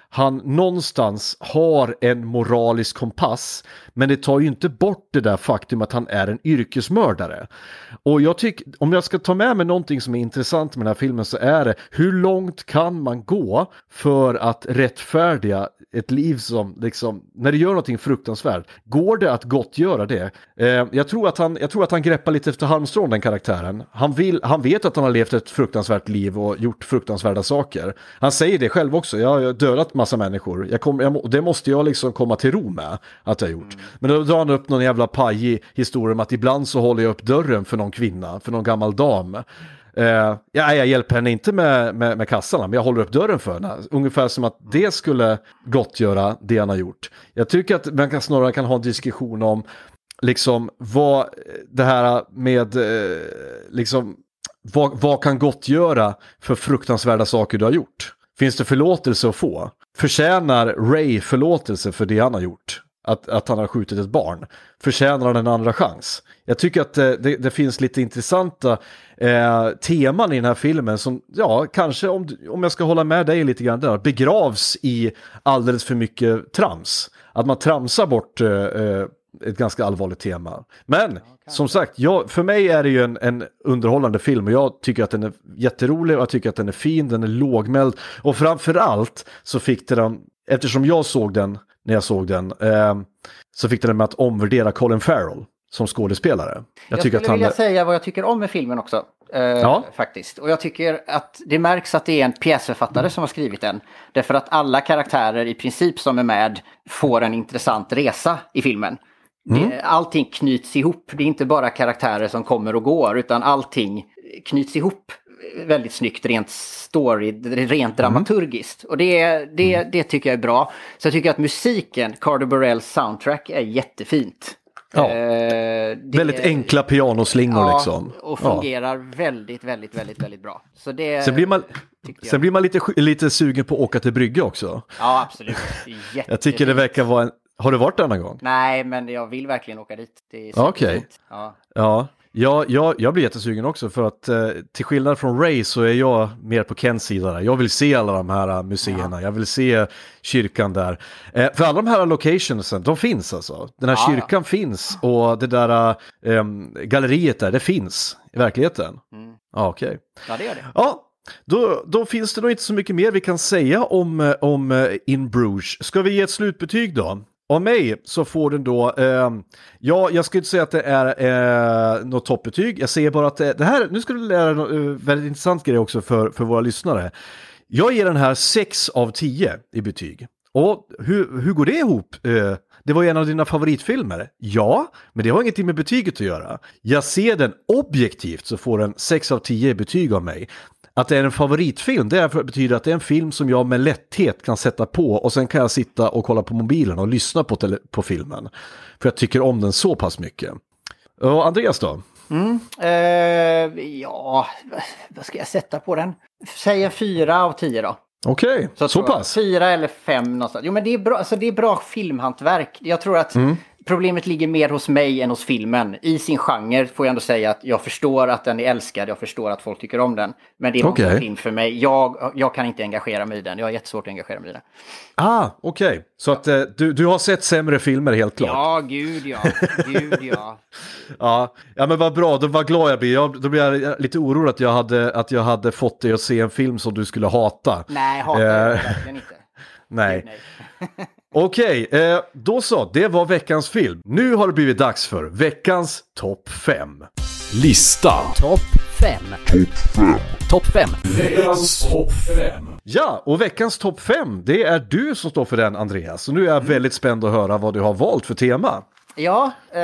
han någonstans har en moralisk kompass, men det tar ju inte bort det där faktum att han är en yrkesmördare. Och jag tycker, om jag ska ta med mig någonting som är intressant med den här filmen, så är det hur långt kan man gå för att rättfärdiga ett liv som liksom, när det gör någonting fruktansvärt, går det att gott göra det? Eh, jag tror att han jag tror att han greppar lite efter halmstrån, den karaktären. Han vill han vet att han har levt ett fruktansvärt liv och gjort fruktansvärda saker. Han säger det själv också. Jag har dödat massa människor. Jag kom, jag, det måste jag liksom komma till ro med att jag gjort. Mm. Men då drar han upp någon jävla pajig historia om att ibland så håller jag upp dörren för någon kvinna, för någon gammal dam. Uh, ja, jag hjälper henne inte med, med, med kassarna, men jag håller upp dörren för henne. Ungefär som att det skulle gottgöra det han har gjort. Jag tycker att man kan snarare kan ha en diskussion om liksom vad det här med uh, liksom vad, vad kan gottgöra för fruktansvärda saker du har gjort? Finns det förlåtelse att få? Förtjänar Ray förlåtelse för det han har gjort? Att, att han har skjutit ett barn. Förtjänar han en andra chans? Jag tycker att det, det, det finns lite intressanta eh, teman i den här filmen som, ja, kanske om, om jag ska hålla med dig lite grann där, begravs i alldeles för mycket trams. Att man tramsar bort eh, ett ganska allvarligt tema. Men som sagt, jag, för mig är det ju en, en underhållande film och jag tycker att den är jätterolig och jag tycker att den är fin, den är lågmäld och framförallt så fick den, eftersom jag såg den när jag såg den, eh, så fick den med att omvärdera Colin Farrell som skådespelare. Jag, jag tycker skulle att han... vilja säga vad jag tycker om med filmen också. Eh, ja. Faktiskt. Och jag tycker att det märks att det är en pjäsförfattare mm. som har skrivit den. Därför att alla karaktärer i princip som är med får en intressant resa i filmen. Mm. Det, allting knyts ihop. Det är inte bara karaktärer som kommer och går, utan allting knyts ihop väldigt snyggt rent story, rent dramaturgiskt. Mm. Och det, det, mm. det tycker jag är bra. Så jag tycker att musiken, Carter Burrells soundtrack, är jättefint. Ja. Eh, väldigt enkla pianoslingor ja, liksom. Och fungerar ja. väldigt, väldigt, väldigt, väldigt bra. Så det, sen blir man, sen blir man lite, lite sugen på att åka till Brygge också. Ja, absolut. Jag tycker det verkar vara en... Har du varit där någon gång? Nej, men jag vill verkligen åka dit. Okej. Okay. Ja. ja. Ja, jag, jag blir jättesugen också för att eh, till skillnad från Ray så är jag mer på Kens sida där. Jag vill se alla de här museerna, ja. Jag vill se kyrkan där. Eh, för alla de här locationsen, de finns alltså. Den här ja, kyrkan ja. finns och det där eh, galleriet där, det finns i verkligheten. Mm. Ja, okej. Okay. Ja, det gör det. Ja, då, då finns det nog inte så mycket mer vi kan säga om, om In Bruges. Ska vi ge ett slutbetyg då? Av mig så får den då, eh, ja, jag skulle inte säga att det är eh, något toppbetyg. Jag säger bara att det, det här, nu ska du lära en uh, väldigt intressant grej också för, för våra lyssnare. Jag ger den här sex av tio i betyg. Och hur, hur går det ihop? Eh, det var ju en av dina favoritfilmer. Ja, men det har ingenting med betyget att göra. Jag ser den objektivt så får den sex av tio i betyg av mig. Att det är en favoritfilm, det betyder att det är en film som jag med lätthet kan sätta på och sen kan jag sitta och kolla på mobilen och lyssna på, tele- på filmen. För jag tycker om den så pass mycket. Och Andreas då? Mm, eh, ja, vad ska jag sätta på den? Säg en fyra av tio då. Okej, okay, så, så pass. Fyra eller fem någonstans. Jo, men det är bra, alltså det är bra filmhantverk. Jag tror att mm. problemet ligger mer hos mig än hos filmen. I sin genre får jag ändå säga att jag förstår att den är älskad. Jag förstår att folk tycker om den. Men det är okay. en film för mig. Jag, jag kan inte engagera mig i den. Jag har jättesvårt att engagera mig i den. Ah, okej. Okay. Så att eh, du, du har sett sämre filmer helt klart. Ja, gud ja. Gud ja. ja. Ja, men vad bra. Då var glad jag blir. Jag, då blir jag lite orolig att jag hade, att jag hade fått dig att se en film som du skulle hata. Nej, hatar jag eh. verkligen inte. Nej. nej. Okej, okay, eh, då så. Det var veckans film. Nu har det blivit dags för veckans topp fem. Lista. Topp fem. Topp fem. Topp fem. Veckans topp fem. Ja, och veckans topp fem, det är du som står för den, Andreas. Så nu är jag väldigt spänd att höra vad du har valt för tema. Ja, eh,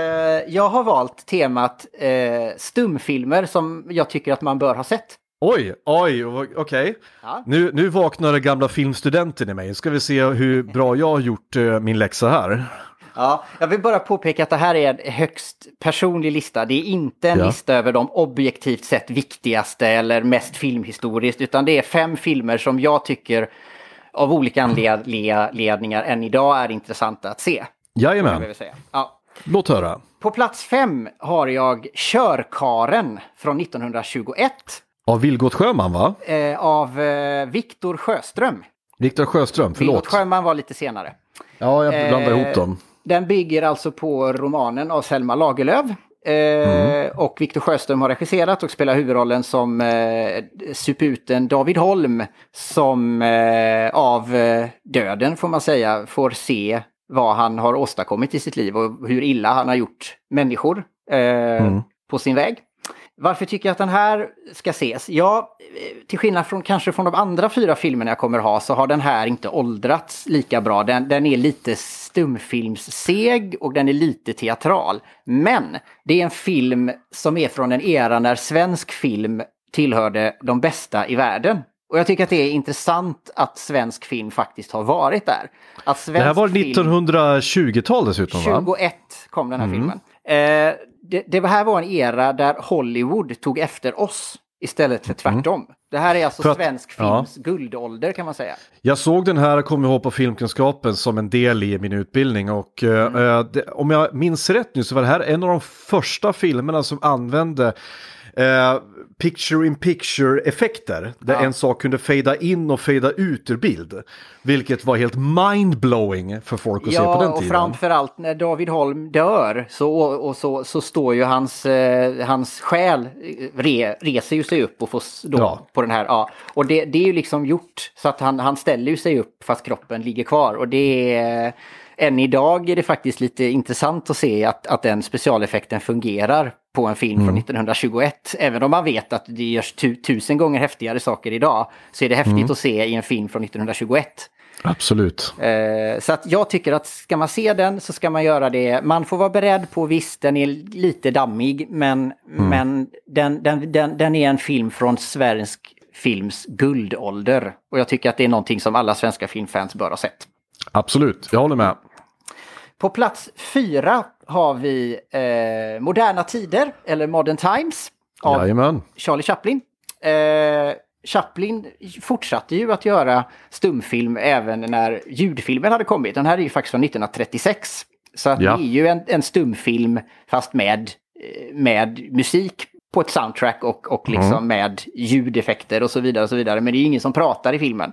jag har valt temat eh, stumfilmer som jag tycker att man bör ha sett. Oj, oj, okej. Okay. Ja. Nu, nu vaknar den gamla filmstudenten i mig. Ska vi se hur bra jag har gjort uh, min läxa här. Ja, jag vill bara påpeka att det här är en högst personlig lista. Det är inte en ja. lista över de objektivt sett viktigaste eller mest filmhistoriskt. Utan det är fem filmer som jag tycker av olika anledningar än idag är intressanta att se. Jajamän. Jag säga. Ja. Låt höra. På plats fem har jag Körkaren från nittonhundratjugoett. Av Vilgot Sjöman, va? Eh, av eh, Viktor Sjöström. Viktor Sjöström, förlåt. Vilgot Sjöman var lite senare. Ja, jag blandar eh, ihop dem. Den bygger alltså på romanen av Selma Lagerlöf. Eh, mm. Och Viktor Sjöström har regisserat och spelar huvudrollen som eh, suputen David Holm, som eh, av eh, döden får man säga får se vad han har åstadkommit i sitt liv och hur illa han har gjort människor eh, mm. på sin väg. Varför tycker jag att den här ska ses? Ja, till skillnad från kanske från de andra fyra filmerna jag kommer ha så har den här inte åldrats lika bra. Den, den är lite stumfilmsseg och den är lite teatral. Men det är en film som är från en era när svensk film tillhörde de bästa i världen. Och jag tycker att det är intressant att svensk film faktiskt har varit där. Att svensk det här var nittonhundratjugotal dessutom, va? tjugoett kom den här mm. filmen. Eh, det, det här var en era där Hollywood tog efter oss istället för tvärtom. Mm. Det här är alltså för att, svensk films ja. guldålder kan man säga. Jag såg den här, kom ihåg på filmkunskapen som en del i min utbildning och mm. eh, det, om jag minns rätt nu så var det här en av de första filmerna som använde Eh, picture-in-picture-effekter där ja. en sak kunde fejda in och fejda ut ur bild. Vilket var helt mind-blowing för folk att ja, se på den tiden. Ja, och framförallt när David Holm dör så, och så, så står ju hans, eh, hans själ re, reser ju sig upp och får då ja. på den här. Ja. Och det, det är ju liksom gjort så att han, han ställer ju sig upp fast kroppen ligger kvar. Och det är... Än idag är det faktiskt lite intressant att se att, att den specialeffekten fungerar på en film mm. från nittonhundratjugoett. Även om man vet att det görs tu, tusen gånger häftigare saker idag så är det häftigt mm. att se i en film från nittonhundratjugoett. Absolut. Eh, så att jag tycker att ska man se den så ska man göra det. Man får vara beredd på visst, den är lite dammig men, mm. men den, den, den, den är en film från svensk films guldålder. Och jag tycker att det är någonting som alla svenska filmfans bör ha sett. Absolut, jag håller med. På plats fyra har vi eh, Moderna tider, eller Modern Times, av Jajamän. Charlie Chaplin. Eh, Chaplin fortsatte ju att göra stumfilm även när ljudfilmen hade kommit. Den här är ju faktiskt från nittonhundratrettiosex. Så att ja. det är ju en, en stumfilm fast med, med musik på ett soundtrack och, och liksom mm. med ljudeffekter och så vidare och så vidare. Men det är ju ingen som pratar i filmen.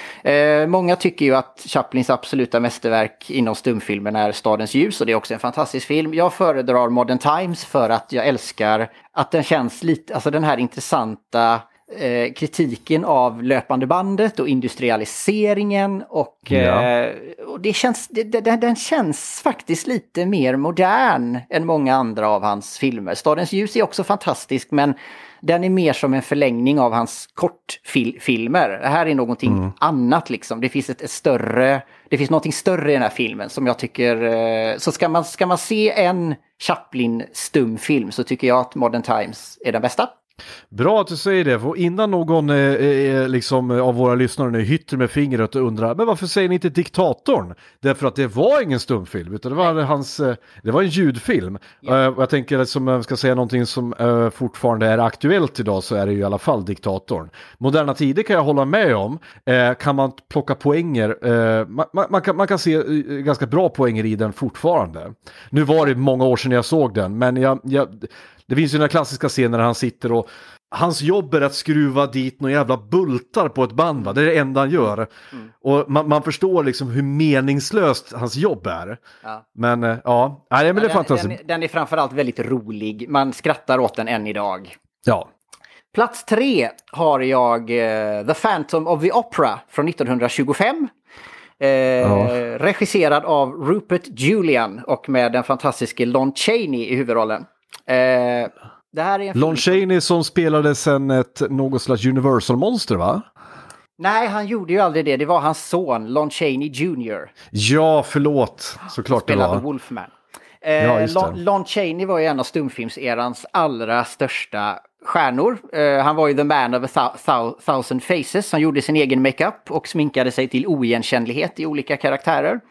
Eh, många tycker ju att Chaplins absoluta mästerverk inom stumfilmen är Stadens ljus och det är också en fantastisk film. Jag föredrar Modern Times för att jag älskar att den känns lite, alltså den här intressanta eh, kritiken av löpande bandet och industrialiseringen och, ja. eh, och det känns, det, det, den känns faktiskt lite mer modern än många andra av hans filmer. Stadens ljus är också fantastisk men den är mer som en förlängning av hans kortfilmer. Det här är någonting mm. annat liksom. Det finns ett, ett större, det finns någonting större i den här filmen som jag tycker, så ska man, ska man se en Chaplin-stumfilm så tycker jag att Modern Times är den bästa. Bra att du säger det, för innan någon eh, liksom, av våra lyssnare nu hytter med fingret och undrar, men varför säger ni inte Diktatorn? Därför att det var ingen stumfilm, utan det var, hans, eh, det var en ljudfilm. Ja. Uh, jag tänker att om jag ska säga någonting som uh, fortfarande är aktuellt idag så är det ju i alla fall Diktatorn. Moderna tider kan jag hålla med om. Uh, kan man plocka poänger, uh, man, man, kan, man kan se uh, ganska bra poänger i den fortfarande. Nu var det många år sedan jag såg den, men jag... jag det finns ju några klassiska scener där han sitter och hans jobb är att skruva dit några jävla bultar på ett band, va? Det är det enda han gör. Mm. Och man, man förstår liksom hur meningslöst hans jobb är. Ja. Men ja, nej, men det är den, fantastiskt. Den, den är framförallt väldigt rolig. Man skrattar åt den än idag. Ja. Plats tre har jag uh, The Phantom of the Opera från nittonhundratjugofem. Eh, ja. Regisserad av Rupert Julian och med den fantastiska Lon Chaney i huvudrollen. Eh, det här är en Lon Chaney som spelade sen ett något slags Universal-monster, va? Nej, han gjorde ju aldrig det. Det var hans son, Lon Chaney junior Ja, förlåt. Såklart det var. Spelade Wolfman. Eh, ja, Lon, Lon Chaney var ju en av stumfilmserans allra största stjärnor. Eh, han var ju the man of a th- th- thousand faces. Han gjorde sin egen makeup och sminkade sig till oigenkännlighet i olika karaktärer.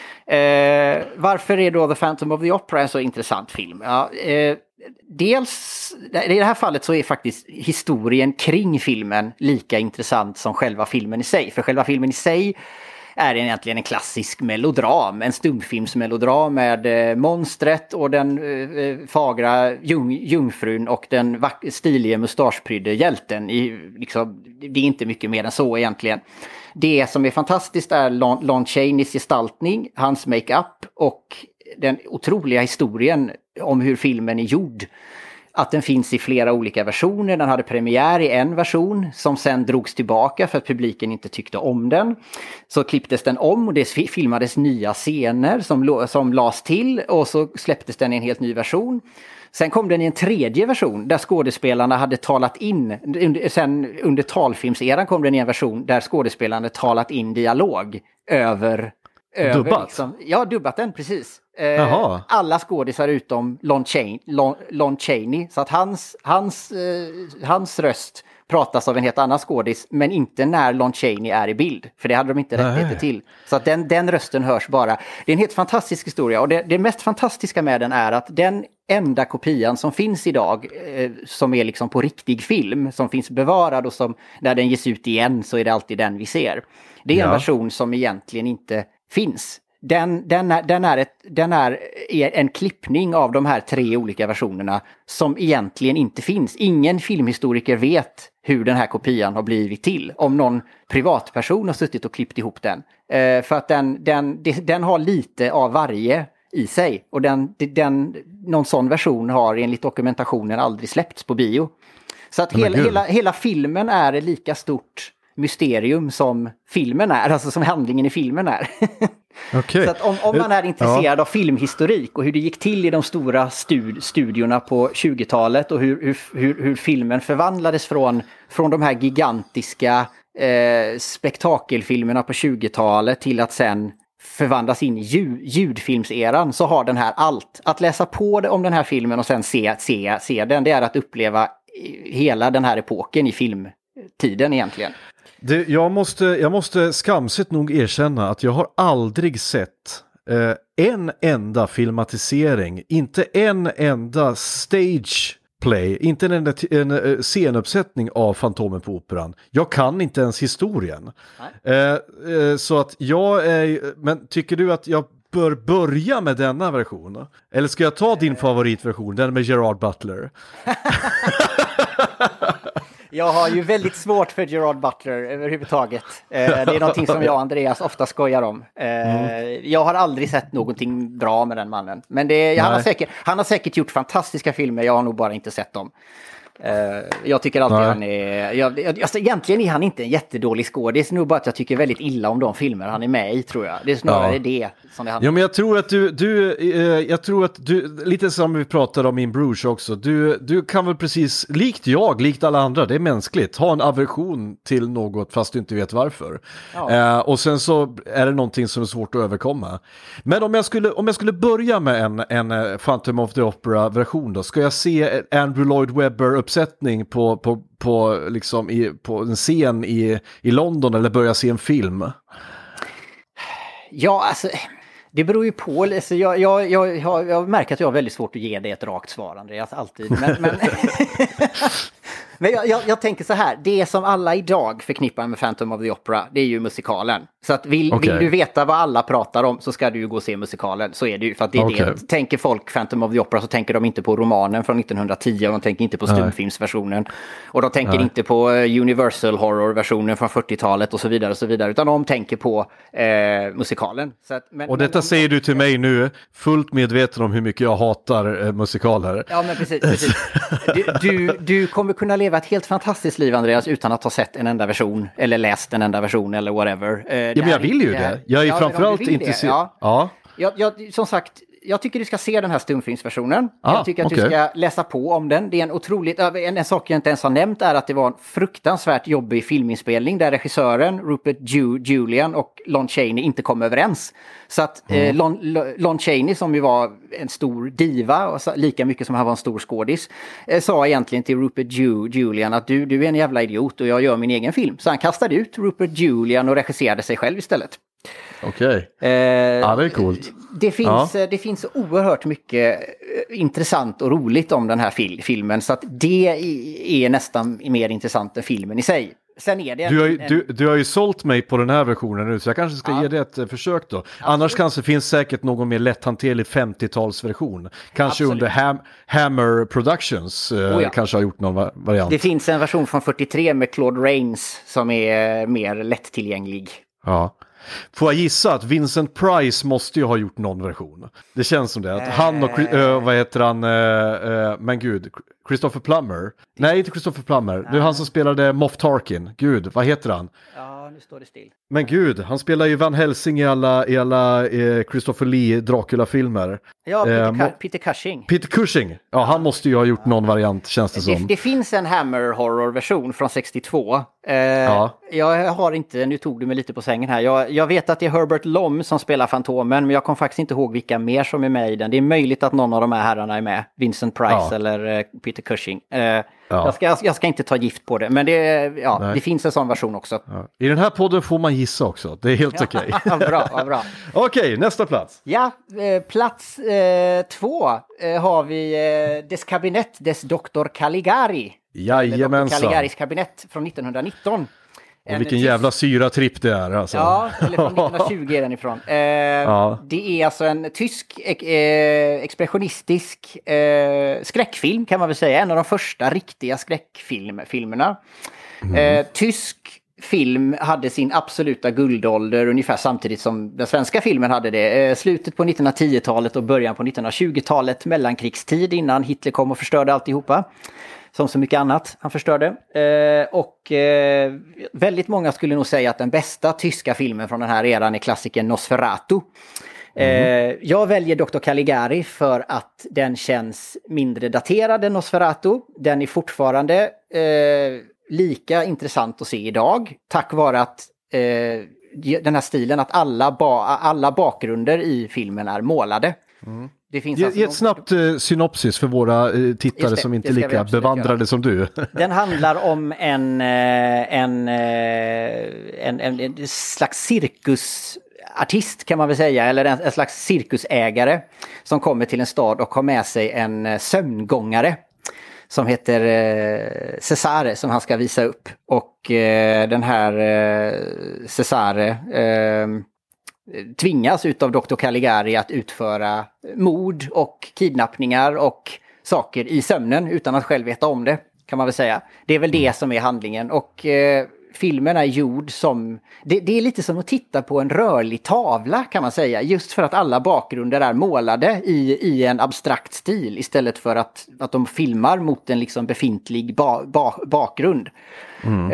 Eh, varför är då The Phantom of the Opera en så intressant film? Ja, eh, dels, i det här fallet så är faktiskt historien kring filmen lika intressant som själva filmen i sig. För själva filmen i sig är egentligen en klassisk melodram, en stumfilmsmelodram med eh, monstret och den eh, fagra jung, jungfrun och den vack- stiliga mustaschprydde hjälten. I, liksom, det är inte mycket mer än så egentligen. det som är fantastiskt är Lon, Lon Chaneys gestaltning, hans make-up och den otroliga historien om hur filmen är gjord. Att den finns i flera olika versioner. Den hade premiär i en version som sen drogs tillbaka för att publiken inte tyckte om den. Så klipptes den om och det filmades nya scener som, som lades till och så släpptes den i en helt ny version. Sen kom den i en tredje version där skådespelarna hade talat in, sen under talfilmseran kom den i en version där skådespelarna talat in dialog över... över dubbat? Liksom, ja, dubbat den, precis. Jaha. Alla skådisar utom Lon, Chan, Lon, Lon Chaney. Så att hans, hans, eh, hans röst pratas av en helt annan skådis, men inte när Lon Chaney är i bild. För det hade de inte rättigheter till. Så att den, den rösten hörs bara. Det är en helt fantastisk historia. Och det, det mest fantastiska med den är att den enda kopian som finns idag, eh, som är liksom på riktig film, som finns bevarad och som när den ges ut igen så är det alltid den vi ser. Det är en Ja. version som egentligen inte finns. Den, den, är, den, är ett, den är en klippning av de här tre olika versionerna som egentligen inte finns. Ingen filmhistoriker vet hur den här kopian har blivit till. Om någon privatperson har suttit och klippt ihop den. Eh, för att den, den, den har lite av varje i sig. Och den, den, någon sån version har enligt dokumentationen aldrig släppts på bio. Så att hela, hela, hela filmen är ett lika stort mysterium som filmen är. Alltså som handlingen i filmen är. Okay. Så att om, om man är intresserad ja. av filmhistorik och hur det gick till i de stora stud, studiorna på tjugotalet och hur, hur, hur, hur filmen förvandlades från, från de här gigantiska eh, spektakelfilmerna på tjugotalet till att sen förvandlas in i ljud, ljudfilmseran, så har den här allt. Att läsa på det om den här filmen och sen se, se, se den, det är att uppleva hela den här epoken i filmtiden egentligen. Det, jag, måste, jag måste skamset nog erkänna att jag har aldrig sett eh, en enda filmatisering, inte en enda stage play, inte en enda en, en scenuppsättning av Fantomen på Operan. Jag kan inte ens historien. Eh, eh, så att jag är, men tycker du att jag bör börja med denna version? Eller ska jag ta din favoritversion, den med Gerard Butler? Jag har ju väldigt svårt för Gerard Butler överhuvudtaget. Eh, det är någonting som jag och Andreas ofta skojar om. Eh, mm. Jag har aldrig sett någonting bra med den mannen. Men det, han, har säkert, han har säkert gjort fantastiska filmer, jag har nog bara inte sett dem. Uh, jag tycker alltid Nej. han är... Jag, jag, alltså, egentligen är han inte en jättedålig skådis. Det är nog bara att jag tycker väldigt illa om de filmer han är med i, tror jag. Det är snarare ja. det som det handlar om. Ja, men jag tror att du... du eh, jag tror att du... Lite som vi pratade om i In Bruges också. Du, du kan väl precis, likt jag, likt alla andra, det är mänskligt, ha en aversion till något fast du inte vet varför. Ja. Eh, och sen så är det någonting som är svårt att överkomma. Men om jag skulle, om jag skulle börja med en, en Phantom of the Opera-version då, ska jag se Andrew Lloyd Webber uppsättning på, på, på, liksom i, på en scen i, i London eller börja se en film? Ja, alltså det beror ju på. Alltså, jag, jag, jag, jag, jag märker att jag har väldigt svårt att ge det ett rakt svar, Andreas, alltid. Men, men, men jag, jag, jag tänker så här, det som alla idag förknippar med Phantom of the Opera, det är ju musikalen. Så att vill, okay. vill du veta vad alla pratar om så ska du ju gå och se musikalen. Så är det ju, för att det är okay. det. Tänker folk Phantom of the Opera så tänker de inte på romanen från nittonhundratio och de tänker inte på stumfilmsversionen. Och de tänker Nej. inte på Universal Horror-versionen från fyrtiotalet och så vidare och så vidare. Utan de tänker på eh, musikalen. Så att, men, och detta men, säger du till mig nu, fullt medveten om hur mycket jag hatar eh, musikaler. Ja, men precis. precis. Du, du, du kommer kunna leva ett helt fantastiskt liv, Andreas, utan att ha sett en enda version eller läst en enda version eller whatever. Eh, ja, men jag vill ju det. det. Jag är ja, framförallt intresserad. Ja. Ja. Jag, jag, som sagt, jag tycker du ska se den här stumfilmsversionen. Ah, jag tycker att okay. du ska läsa på om den. Det är en otroligt... En, en sak jag inte ens har nämnt är att det var en fruktansvärt jobbig filminspelning där regissören Rupert Ju, Julian och Lon Chaney inte kom överens. Så att mm. eh, Lon, Lon Chaney, som ju var en stor diva, och lika mycket som han var en stor skådis, eh, sa egentligen till Rupert Ju, Julian att du, du är en jävla idiot och jag gör min egen film. Så han kastade ut Rupert Julian och regisserade sig själv istället. Okej, okay. eh, ja, det är coolt. Det finns, ja. det finns oerhört mycket intressant och roligt om den här fil- filmen, så att det är nästan mer intressant än filmen i sig. Sen är det en, du, har ju, en... du, du har ju sålt mig på den här versionen nu, så jag kanske ska Ja. ge det ett uh, försök då. Absolut. Annars kanske finns säkert någon mer lätthanterlig femtiotalsversion. Kanske Absolut. under Ham- Hammer Productions uh, Oh ja. kanske har gjort någon va- variant. Det finns en version från fyrtiotre med Claude Rains som är mer lättillgänglig. Ja. Får jag gissa att Vincent Price måste ju ha gjort någon version. Det känns som det. Att han och, uh, vad heter han, uh, uh, men gud, Christopher Plummer. Nej, inte Christopher Plummer. Det är han som spelade Moff Tarkin. Gud, vad heter han? Ja, nu står det still. Men gud, han spelar ju Van Helsing i alla, i alla eh, Christopher Lee Dracula-filmer. Ja, Peter, Eh, Cu- må- Peter Cushing. Peter Cushing. Ja, han måste ju ha gjort någon variant, känns det som. Det, det finns en Hammer Horror-version från sextiotvå. Eh, Ja. Jag har inte, nu tog du mig lite på sängen här. Jag, jag vet att det är Herbert Lom som spelar Fantomen, men jag kommer faktiskt inte ihåg vilka mer som är med i den. Det är möjligt att någon av de här herrarna är med. Vincent Price Ja. eller eh, Peter Cushing. Eh, jag, ska, jag ska inte ta gift på det, men det, ja, Nej. det finns en sån version också. Ja. I den här podden får man gissa också. Det är helt okej. Bra, vad bra. Okej, nästa plats. Ja, eh, plats eh, två eh, har vi eh, Des Kabinett des doktor Caligari. doktor Jajamensan. Caligaris kabinett från nittonhundranitton. Och vilken jävla syratripp det är alltså. Ja, eller från nittonhundratjugo är den ifrån. Eh, Ja. Det är alltså en tysk eh, expressionistisk eh, skräckfilm kan man väl säga. En av de första riktiga skräckfilmerna. Mm. Eh, tysk film hade sin absoluta guldålder ungefär samtidigt som den svenska filmen hade det. Eh, slutet på nittonhundratiotalet och början på nittonhundratjugotalet, mellankrigstid innan Hitler kom och förstörde alltihopa. Som så mycket annat han förstörde. Eh, och eh, väldigt många skulle nog säga att den bästa tyska filmen från den här eran är klassikern Nosferatu. Mm. Eh, jag väljer doktor Caligari för att den känns mindre daterad än Nosferatu. Den är fortfarande eh, lika intressant att se idag. Tack vare att eh, den här stilen att alla, ba- alla bakgrunder i filmen är målade. Mm. Det finns Ge, alltså ge ett någon... snabbt uh, synopsis för våra uh, tittare det, som inte är det ska vi lika absolut bevandrade göra. som du. Den handlar om en, eh, en, eh, en, en, en slags cirkusartist kan man väl säga, eller en, en slags cirkusägare som kommer till en stad och har med sig en eh, sömngångare som heter eh, Cesare som han ska visa upp. Och eh, den här eh, Cesare eh, tvingas utav doktor Caligari att utföra mord och kidnappningar och saker i sömnen utan att själv veta om det, kan man väl säga. Det är väl det som är handlingen. Och eh, filmen är gjord som... Det, det är lite som att titta på en rörlig tavla, kan man säga. Just för att alla bakgrunder är målade i, i en abstrakt stil istället för att, att de filmar mot en liksom befintlig ba, ba, bakgrund. Mm.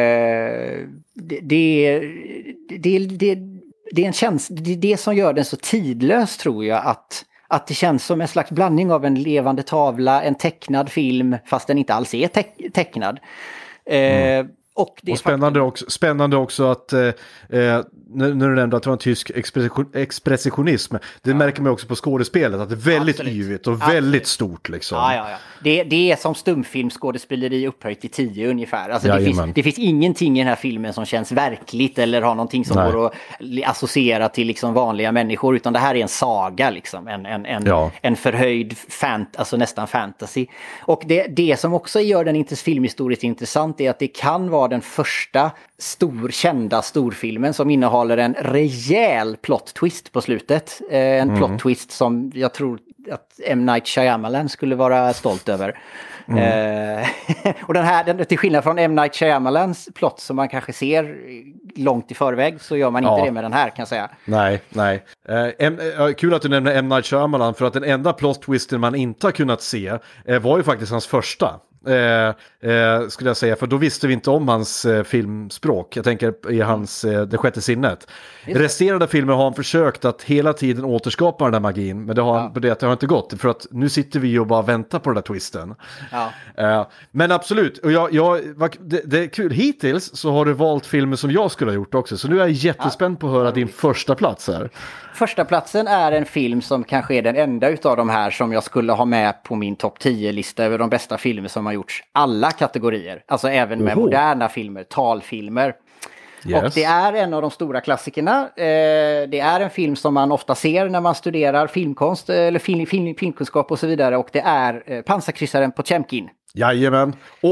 Eh, det, det, det, det Det är en käns- det är det som gör den så tidlös, tror jag, att, att det känns som en slags blandning av en levande tavla, en tecknad film, fast den inte alls är te- tecknad. Mm. Eh, och det är och spännande, faktum- också, spännande också att eh, när, när du nämnde att det var en tysk expression, expressionism, det ja. märker man också på skådespelet, att det är väldigt Absolut. yvigt och Absolut. väldigt stort liksom. Ja, ja, ja. Det, det är som stumfilmskådespeleri upphöjt till tio ungefär. Alltså, det, finns, det finns ingenting i den här filmen som känns verkligt eller har någonting som Nej. går att associera till liksom vanliga människor, utan det här är en saga, liksom. en, en, en, ja. en förhöjd fant, alltså nästan fantasy. Och det, det som också gör den inte filmhistoriskt intressant är att det kan vara den första stor, kända storfilmen som innehåller en rejäl plot twist på slutet. Eh, en mm. plot twist som jag tror att M. Night Shyamalan skulle vara stolt över. Mm. Eh, och den här, den, till skillnad från M. Night Shyamalans plot som man kanske ser långt i förväg, så gör man inte ja. det med den här, kan jag säga. Nej, nej. Eh, M, eh, kul att du nämner M. Night Shyamalan, för att den enda plot twisten man inte har kunnat se eh, var ju faktiskt hans första. Eh, eh, skulle jag säga, för då visste vi inte om hans eh, filmspråk. Jag tänker i hans eh, Det sjätte sinnet. I resterande filmer har han försökt att hela tiden återskapa den där magin, men det har, ja. det, det har inte gått, för att nu sitter vi och bara väntar på den där twisten. Ja. Eh, men absolut, och jag, jag, det, det är kul, hittills så har du valt filmer som jag skulle ha gjort också, så nu är jag jättespänd ja. på att höra din första plats här. Första platsen är en film som kanske är den enda utav de här som jag skulle ha med på min topp tio-lista över de bästa filmer som har gjorts alla kategorier. Alltså även med Oho. moderna filmer, talfilmer. Yes. Och det är en av de stora klassikerna. Eh, det är en film som man ofta ser när man studerar filmkonst eller film, film, filmkunskap och så vidare. Och det är eh, Pansarkryssaren Potemkin. Jajamän. Åh,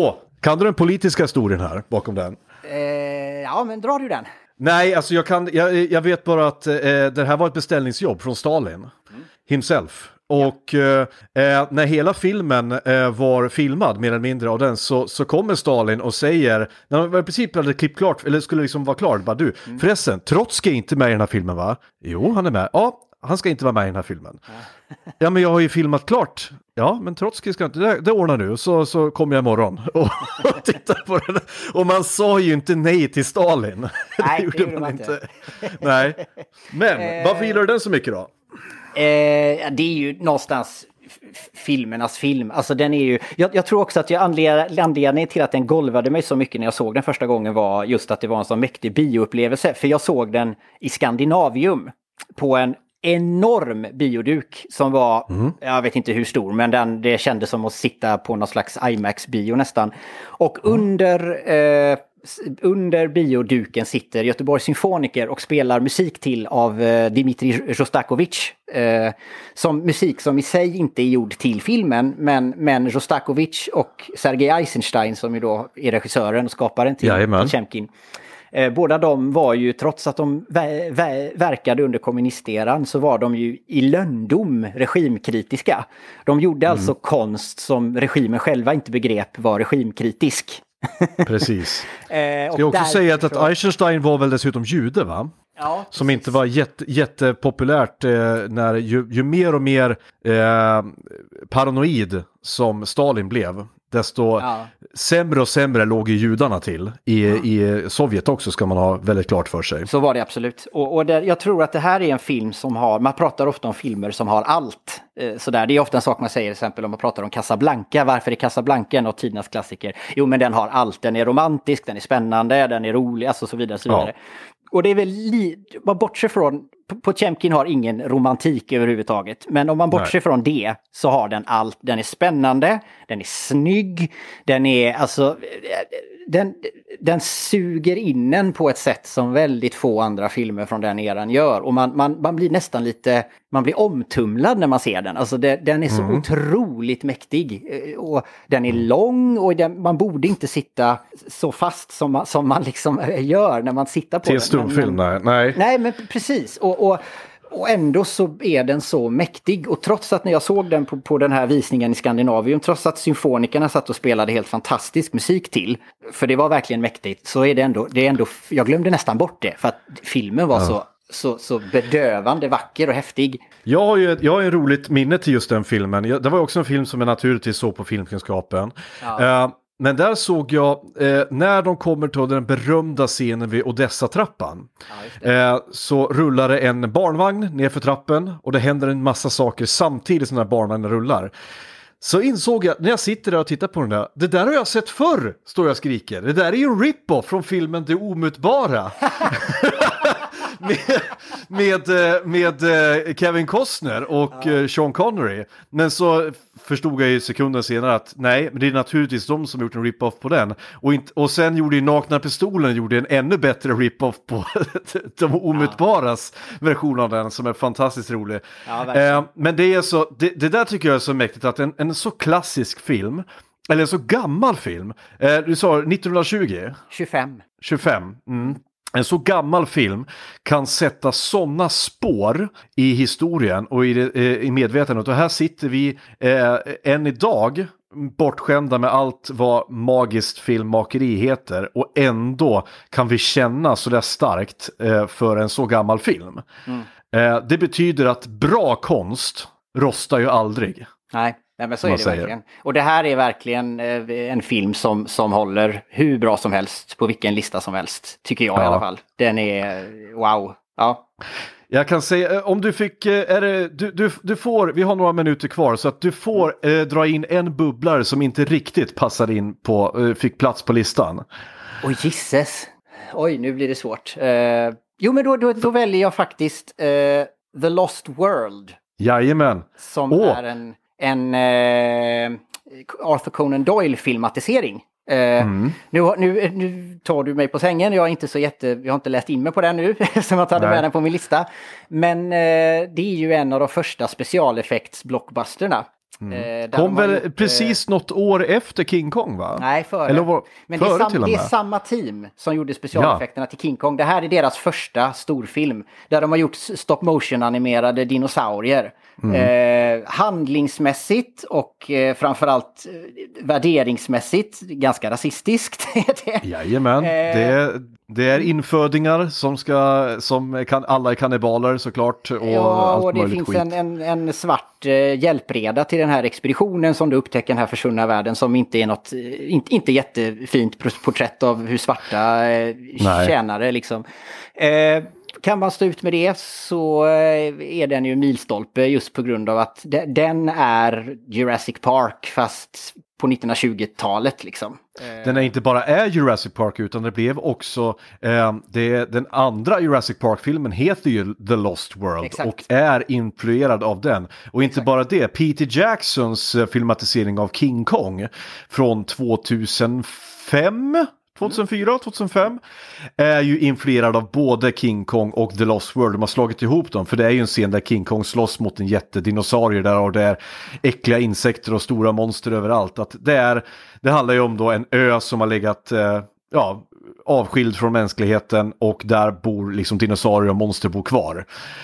Kan du den politiska historien här bakom den? Eh, ja, men drar du den? Nej, alltså jag, kan, jag, jag vet bara att eh, det här var ett beställningsjobb från Stalin mm. himself. Och eh, när hela filmen eh, var filmad mer eller mindre av den så, så kommer Stalin och säger, när han i princip hade klippt klart, eller skulle liksom vara klart, bara du, mm. förresten, Trotskij är inte med i den här filmen va? Jo, han är med. Ja, han ska inte vara med i den här filmen. Ja, ja men jag har ju filmat klart. Ja, men Trotskij ska inte, det, det ordnar nu, så, så kommer jag imorgon och, och tittar på den. Och man sa ju inte nej till Stalin. Nej, det gjorde, det gjorde man inte. inte. Nej, men varför gillar du den så mycket då? Eh, det är ju någonstans f- filmernas film. Alltså den är ju, jag, jag tror också att jag anledningen till att den golvade mig så mycket när jag såg den första gången var just att det var en så mäktig bioupplevelse. För jag såg den i Skandinavium på en enorm bioduk som var, mm. jag vet inte hur stor, men den, det kändes som att sitta på någon slags IMAX-bio nästan. Och mm. under... Eh, Under bioduken sitter Göteborgs symfoniker och spelar musik till av eh, Dmitrij Shostakovich. Eh, som musik som i sig inte är gjord till filmen, men, men Shostakovich och Sergej Eisenstein som ju då är regissören och skaparen till Potemkin. Eh, båda de var ju, trots att de ver- ver- verkade under kommunisteran, så var de ju i lönndom regimkritiska. De gjorde mm. alltså konst som regimen själva inte begrep var regimkritisk. Precis. eh, Ska jag också säga att, att Eisenstein var väl dessutom jude va? Ja, som inte var jätte, jättepopulärt eh, när ju, ju mer och mer eh, paranoid som Stalin blev, desto ja. sämre och sämre låg ju judarna till. I, ja. i Sovjet också ska man ha väldigt klart för sig. Så var det absolut. Och, och det, jag tror att det här är en film som har, man pratar ofta om filmer som har allt. Eh, sådär. Det är ofta en sak man säger, till exempel om man pratar om Casablanca. Varför är Casablanca en av tidernas klassiker? Jo, men den har allt. Den är romantisk, den är spännande, den är rolig, alltså så vidare. Så vidare. Ja. Och det är väl, li- man bortser från, Potemkin har ingen romantik överhuvudtaget. Men om man bortser Nej. från det så har den allt. Den är spännande, den är snygg, den är alltså, den, den suger in en på ett sätt som väldigt få andra filmer från den eran gör. Och man, man, man blir nästan lite, man blir omtumlad när man ser den. Alltså det, den är så mm. otroligt mäktig. Och den är lång och den, man borde inte sitta så fast som man, som man liksom gör när man sitter på till den. Till en stumfilm, nej. nej. Nej, men precis. Och, och, och ändå så är den så mäktig. Och trots att när jag såg den på, på den här visningen i Skandinavium, trots att symfonikerna satt och spelade helt fantastisk musik till, för det var verkligen mäktigt, så är det ändå, det är ändå jag glömde nästan bort det, för att filmen var ja. så Så, så bedövande, vacker och häftig. Jag har ju jag har en roligt minne till just den filmen. Jag, det var också en film som jag naturligtvis såg på Filmkunskapen. Ja. Uh, men där såg jag, uh, när de kommer till den berömda scenen vid Odessa-trappan. Ja, uh, så rullar det en barnvagn ner för trappen och det händer en massa saker samtidigt som den här barnvagnen rullar. Så insåg jag, när jag sitter där och tittar på den där, det där har jag sett förr, står jag och skriker. Det där är ju en rip-off från filmen Det omutbara. med, med, med Kevin Costner och ja. Sean Connery. Men så förstod jag ju sekunder senare att nej, men det är naturligtvis de som gjort en rip-off på den. Och, inte, och sen gjorde ju Nakna Pistolen gjorde en ännu bättre rip-off på De omutbaras ja. version av den som är fantastiskt rolig. Ja, eh, men det är så, det, det där tycker jag är så mäktigt att en, en så klassisk film, eller en så gammal film, eh, du sa nittonhundratjugo? tjugofem. tjugofem, mm. En så gammal film kan sätta sådana spår i historien och i, det, i medvetandet. Och här sitter vi eh, än idag bortskämda med allt vad magiskt filmmakeri heter. Och ändå kan vi känna så där starkt eh, för en så gammal film. Mm. Eh, det betyder att bra konst rostar ju aldrig. Nej. Nej, men så är det säger. verkligen. Och det här är verkligen eh, en film som, som håller hur bra som helst på vilken lista som helst, tycker jag ja. i alla fall. Den är wow. Ja. Jag kan säga, om du fick, är det, du, du, du får, vi har några minuter kvar, så att du får eh, dra in en bubblare som inte riktigt passar in på, eh, fick plats på listan. Oj, gisses. Oj, nu blir det svårt. Eh, jo, men då, då, då väljer jag faktiskt eh, The Lost World. Jajamän. Som oh. är en... en eh, Arthur Conan Doyle-filmatisering. Eh, mm. nu, nu, nu tar du mig på sängen. Jag är inte så jätte, jag har inte läst in mig på den nu som jag hade med den på min lista. Men eh, det är ju en av de första specialeffekts-blockbusterna. Mm. Kom väl gjort, precis eh... något år efter King Kong, va? Nej, före. Eller var... Men före det, är sam... till och med. det är samma team som gjorde specialeffekterna ja. till King Kong. Det här är deras första storfilm. Där de har gjort stop motion animerade dinosaurier. Mm. Eh, handlingsmässigt och eh, framförallt eh, värderingsmässigt ganska rasistiskt. Jajamän, eh, det, är, det är infödingar som ska, som kan, alla är kannibaler såklart. Och ja, allt och det möjligt finns skit. en, en, en svart eh, hjälpreda till den här expeditionen som du upptäcker den här försvunna världen som inte är något, eh, inte, inte jättefint porträtt av hur svarta eh, tjänare liksom. Eh, Kan man stå ut med det så är den ju milstolpe just på grund av att den är Jurassic Park fast på nittonhundratjugotalet liksom. Den är inte bara är Jurassic Park utan det blev också eh, det, den andra Jurassic Park-filmen heter ju The Lost World. Exakt. Och är influerad av den. Och inte Exakt. bara det, Peter Jacksons filmatisering av King Kong från tvåtusenfem tjugohundrafyra, tjugohundrafem är ju influerad av både King Kong och The Lost World. De har slagit ihop dem, för det är ju en scen där King Kong slåss mot en jättedinosaurie där och det är äckliga insekter och stora monster överallt. Att det, är, det handlar ju om då en ö som har legat eh, ja, avskild från mänskligheten och där bor liksom dinosaurier och monster bor kvar.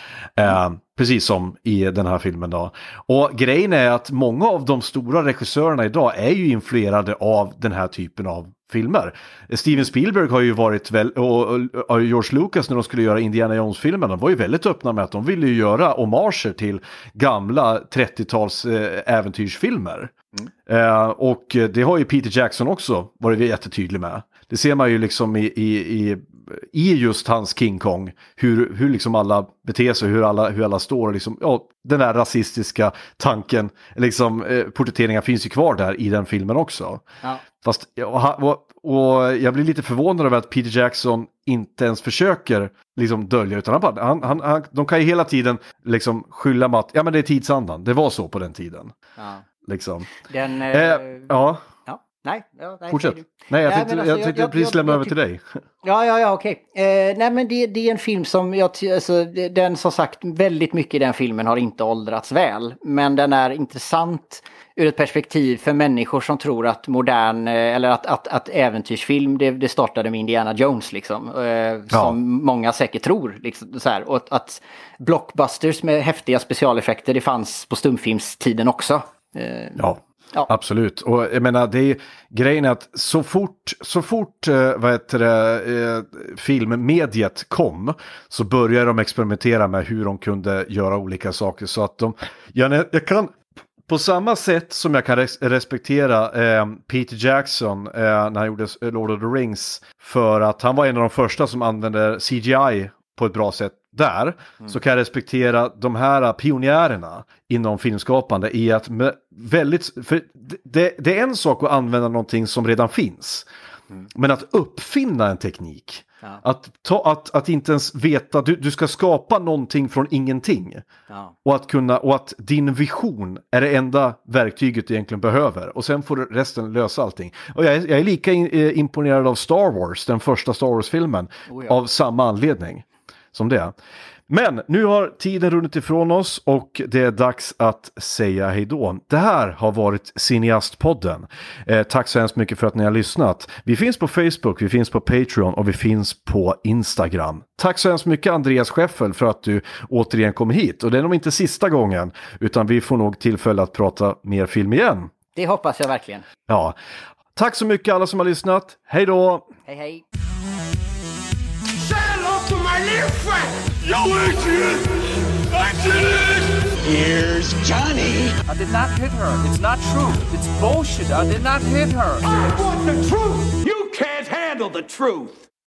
Eh, precis som i den här filmen då. Och grejen är att många av de stora regissörerna idag är ju influerade av den här typen av filmer. Steven Spielberg har ju varit väl, och, och George Lucas när de skulle göra Indiana Jones-filmen, de var ju väldigt öppna med att de ville ju göra homager till gamla trettio-tals eh, äventyrsfilmer. Mm. Eh, och det har ju Peter Jackson också varit jättetydlig med. Det ser man ju liksom i, i, i, i just hans King Kong, hur, hur liksom alla beter sig, hur alla, hur alla står. Liksom, ja, den där rasistiska tanken, liksom, eh, porträtteringen finns ju kvar där i den filmen också. Ja. Fast, och, och, och jag blir lite förvånad över att Peter Jackson inte ens försöker liksom dölja, utan han, bara, han, han, han, de kan ju hela tiden liksom skylla med att ja, men det är tidsandan, det var så på den tiden. Ja. Liksom. Den, eh, eh, ja. Nej, ja, nej, fortsätt. Nej, jag tänkte, nej, alltså, jag tänkte jag, jag, precis lämna över till dig. Ja, ja, ja, okej. Eh, nej, men det, det är en film som, jag, alltså, den som sagt, väldigt mycket i den filmen har inte åldrats väl. Men den är intressant ur ett perspektiv för människor som tror att modern, eller att, att, att äventyrsfilm, det, det startade med Indiana Jones liksom. Eh, som ja. många säkert tror. Liksom, så här, och att, att blockbusters med häftiga specialeffekter, det fanns på stumfilmstiden också. Eh, ja. Ja. Absolut. Och jag menar, det är grejen är att så fort, så fort eh, vad heter det, eh, filmmediet kom så började de experimentera med hur de kunde göra olika saker. Så att de, jag, jag kan, på samma sätt som jag kan res- respektera eh, Peter Jackson eh, när han gjorde Lord of the Rings, för att han var en av de första som använde C G I på ett bra sätt där, mm. så kan jag respektera de här pionjärerna inom filmskapande i att väldigt, för det, det är en sak att använda någonting som redan finns, mm. men att uppfinna en teknik, ja. att, ta, att, att inte ens veta, du, du ska skapa någonting från ingenting, ja. och, att kunna, och att din vision är det enda verktyget du egentligen behöver, och sen får resten lösa allting. Och jag är, jag är lika in, eh, imponerad av Star Wars, den första Star Wars-filmen, oh ja. av samma anledning som det. Men nu har tiden runnit ifrån oss och det är dags att säga hej då. Det här har varit Cineastpodden. Eh, tack så hemskt mycket för att ni har lyssnat. Vi finns på Facebook, vi finns på Patreon och vi finns på Instagram. Tack så hemskt mycket Andreas Scheffel för att du återigen kom hit. Och det är nog inte sista gången, utan vi får nog tillfälle att prata mer film igen. Det hoppas jag verkligen. Ja. Tack så mycket alla som har lyssnat. Hej då! Hej hej! My little friend! Yo, Adrian! I did it! Here's Johnny! I did not hit her. It's not true. It's bullshit. I did not hit her. I want the truth! You can't handle the truth!